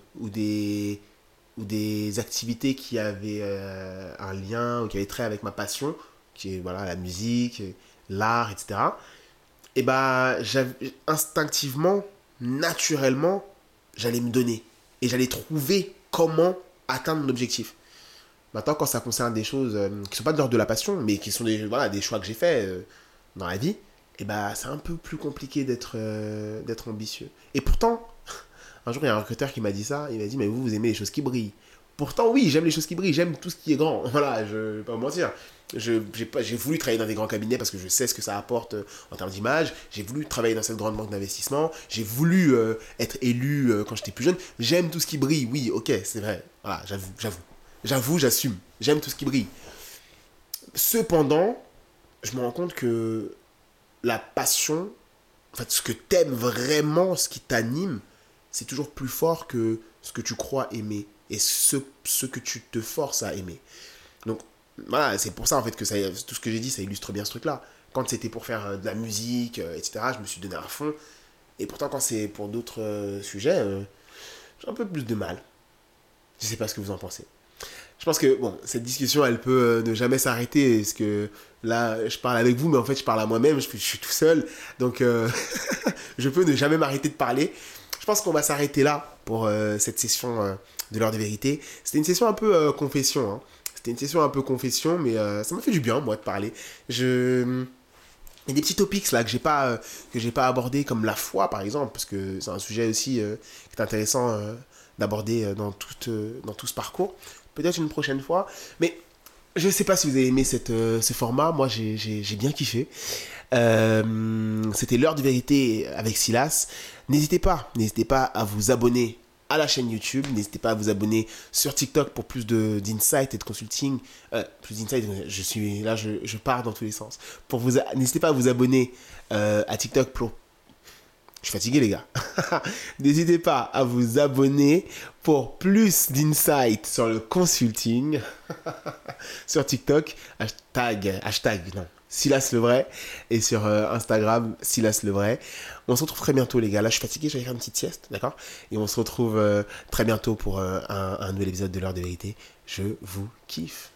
ou des activités qui avaient un lien ou qui avaient trait avec ma passion, qui est voilà, la musique, l'art, etc., et bah, instinctivement, naturellement, j'allais me donner. Et j'allais trouver comment atteindre mon objectif. Maintenant, quand ça concerne des choses qui ne sont pas de l'ordre de la passion, mais qui sont voilà, des choix que j'ai faits dans la vie, et bah, c'est un peu plus compliqué d'être ambitieux. Et pourtant, un jour, il y a un recruteur qui m'a dit ça. Il m'a dit, mais vous aimez les choses qui brillent. Pourtant, oui, j'aime les choses qui brillent, j'aime tout ce qui est grand. Voilà, je ne vais pas me mentir. J'ai voulu travailler dans des grands cabinets parce que je sais ce que ça apporte en termes d'image. J'ai voulu travailler dans cette grande banque d'investissement. J'ai voulu être élu quand j'étais plus jeune. J'aime tout ce qui brille, oui, ok, c'est vrai. Voilà, j'assume. J'aime tout ce qui brille. Cependant, je me rends compte que la passion, en fait, ce que t'aimes vraiment, ce qui t'anime, c'est toujours plus fort que ce que tu crois aimer et ce que tu te forces à aimer. Donc, voilà, c'est pour ça en fait que tout ce que j'ai dit, ça illustre bien ce truc-là. Quand c'était pour faire de la musique, etc., je me suis donné à fond. Et pourtant, quand c'est pour d'autres sujets, j'ai un peu plus de mal. Je sais pas ce que vous en pensez. Je pense que bon, cette discussion, elle peut ne jamais s'arrêter, parce que là, je parle avec vous, mais en fait, je parle à moi-même, je suis tout seul, donc je peux ne jamais m'arrêter de parler. Je pense qu'on va s'arrêter là pour cette session de l'heure de vérité. C'était une session un peu confession, hein. C'était une session un peu confession, mais ça m'a fait du bien, moi, de parler. Il y a des petits topics là que j'ai pas abordé, comme la foi, par exemple, parce que c'est un sujet aussi qui est intéressant d'aborder dans tout ce parcours. Peut-être une prochaine fois. Mais Je sais pas si vous avez aimé ce format. Moi, j'ai bien kiffé. C'était l'heure de vérité avec Silas. N'hésitez pas à vous abonner à la chaîne YouTube. N'hésitez pas à vous abonner sur TikTok pour plus d'insight et de consulting. Plus d'insight, je pars dans tous les sens. N'hésitez pas à vous abonner à TikTok pour... Je suis fatigué les gars. N'hésitez pas à vous abonner pour plus d'insight sur le consulting sur TikTok. Non. Silas le vrai. Et sur Instagram, Silas le vrai. On se retrouve très bientôt les gars. Là je suis fatigué, je vais faire une petite sieste, d'accord? Et on se retrouve très bientôt pour un nouvel épisode de l'heure de vérité. Je vous kiffe.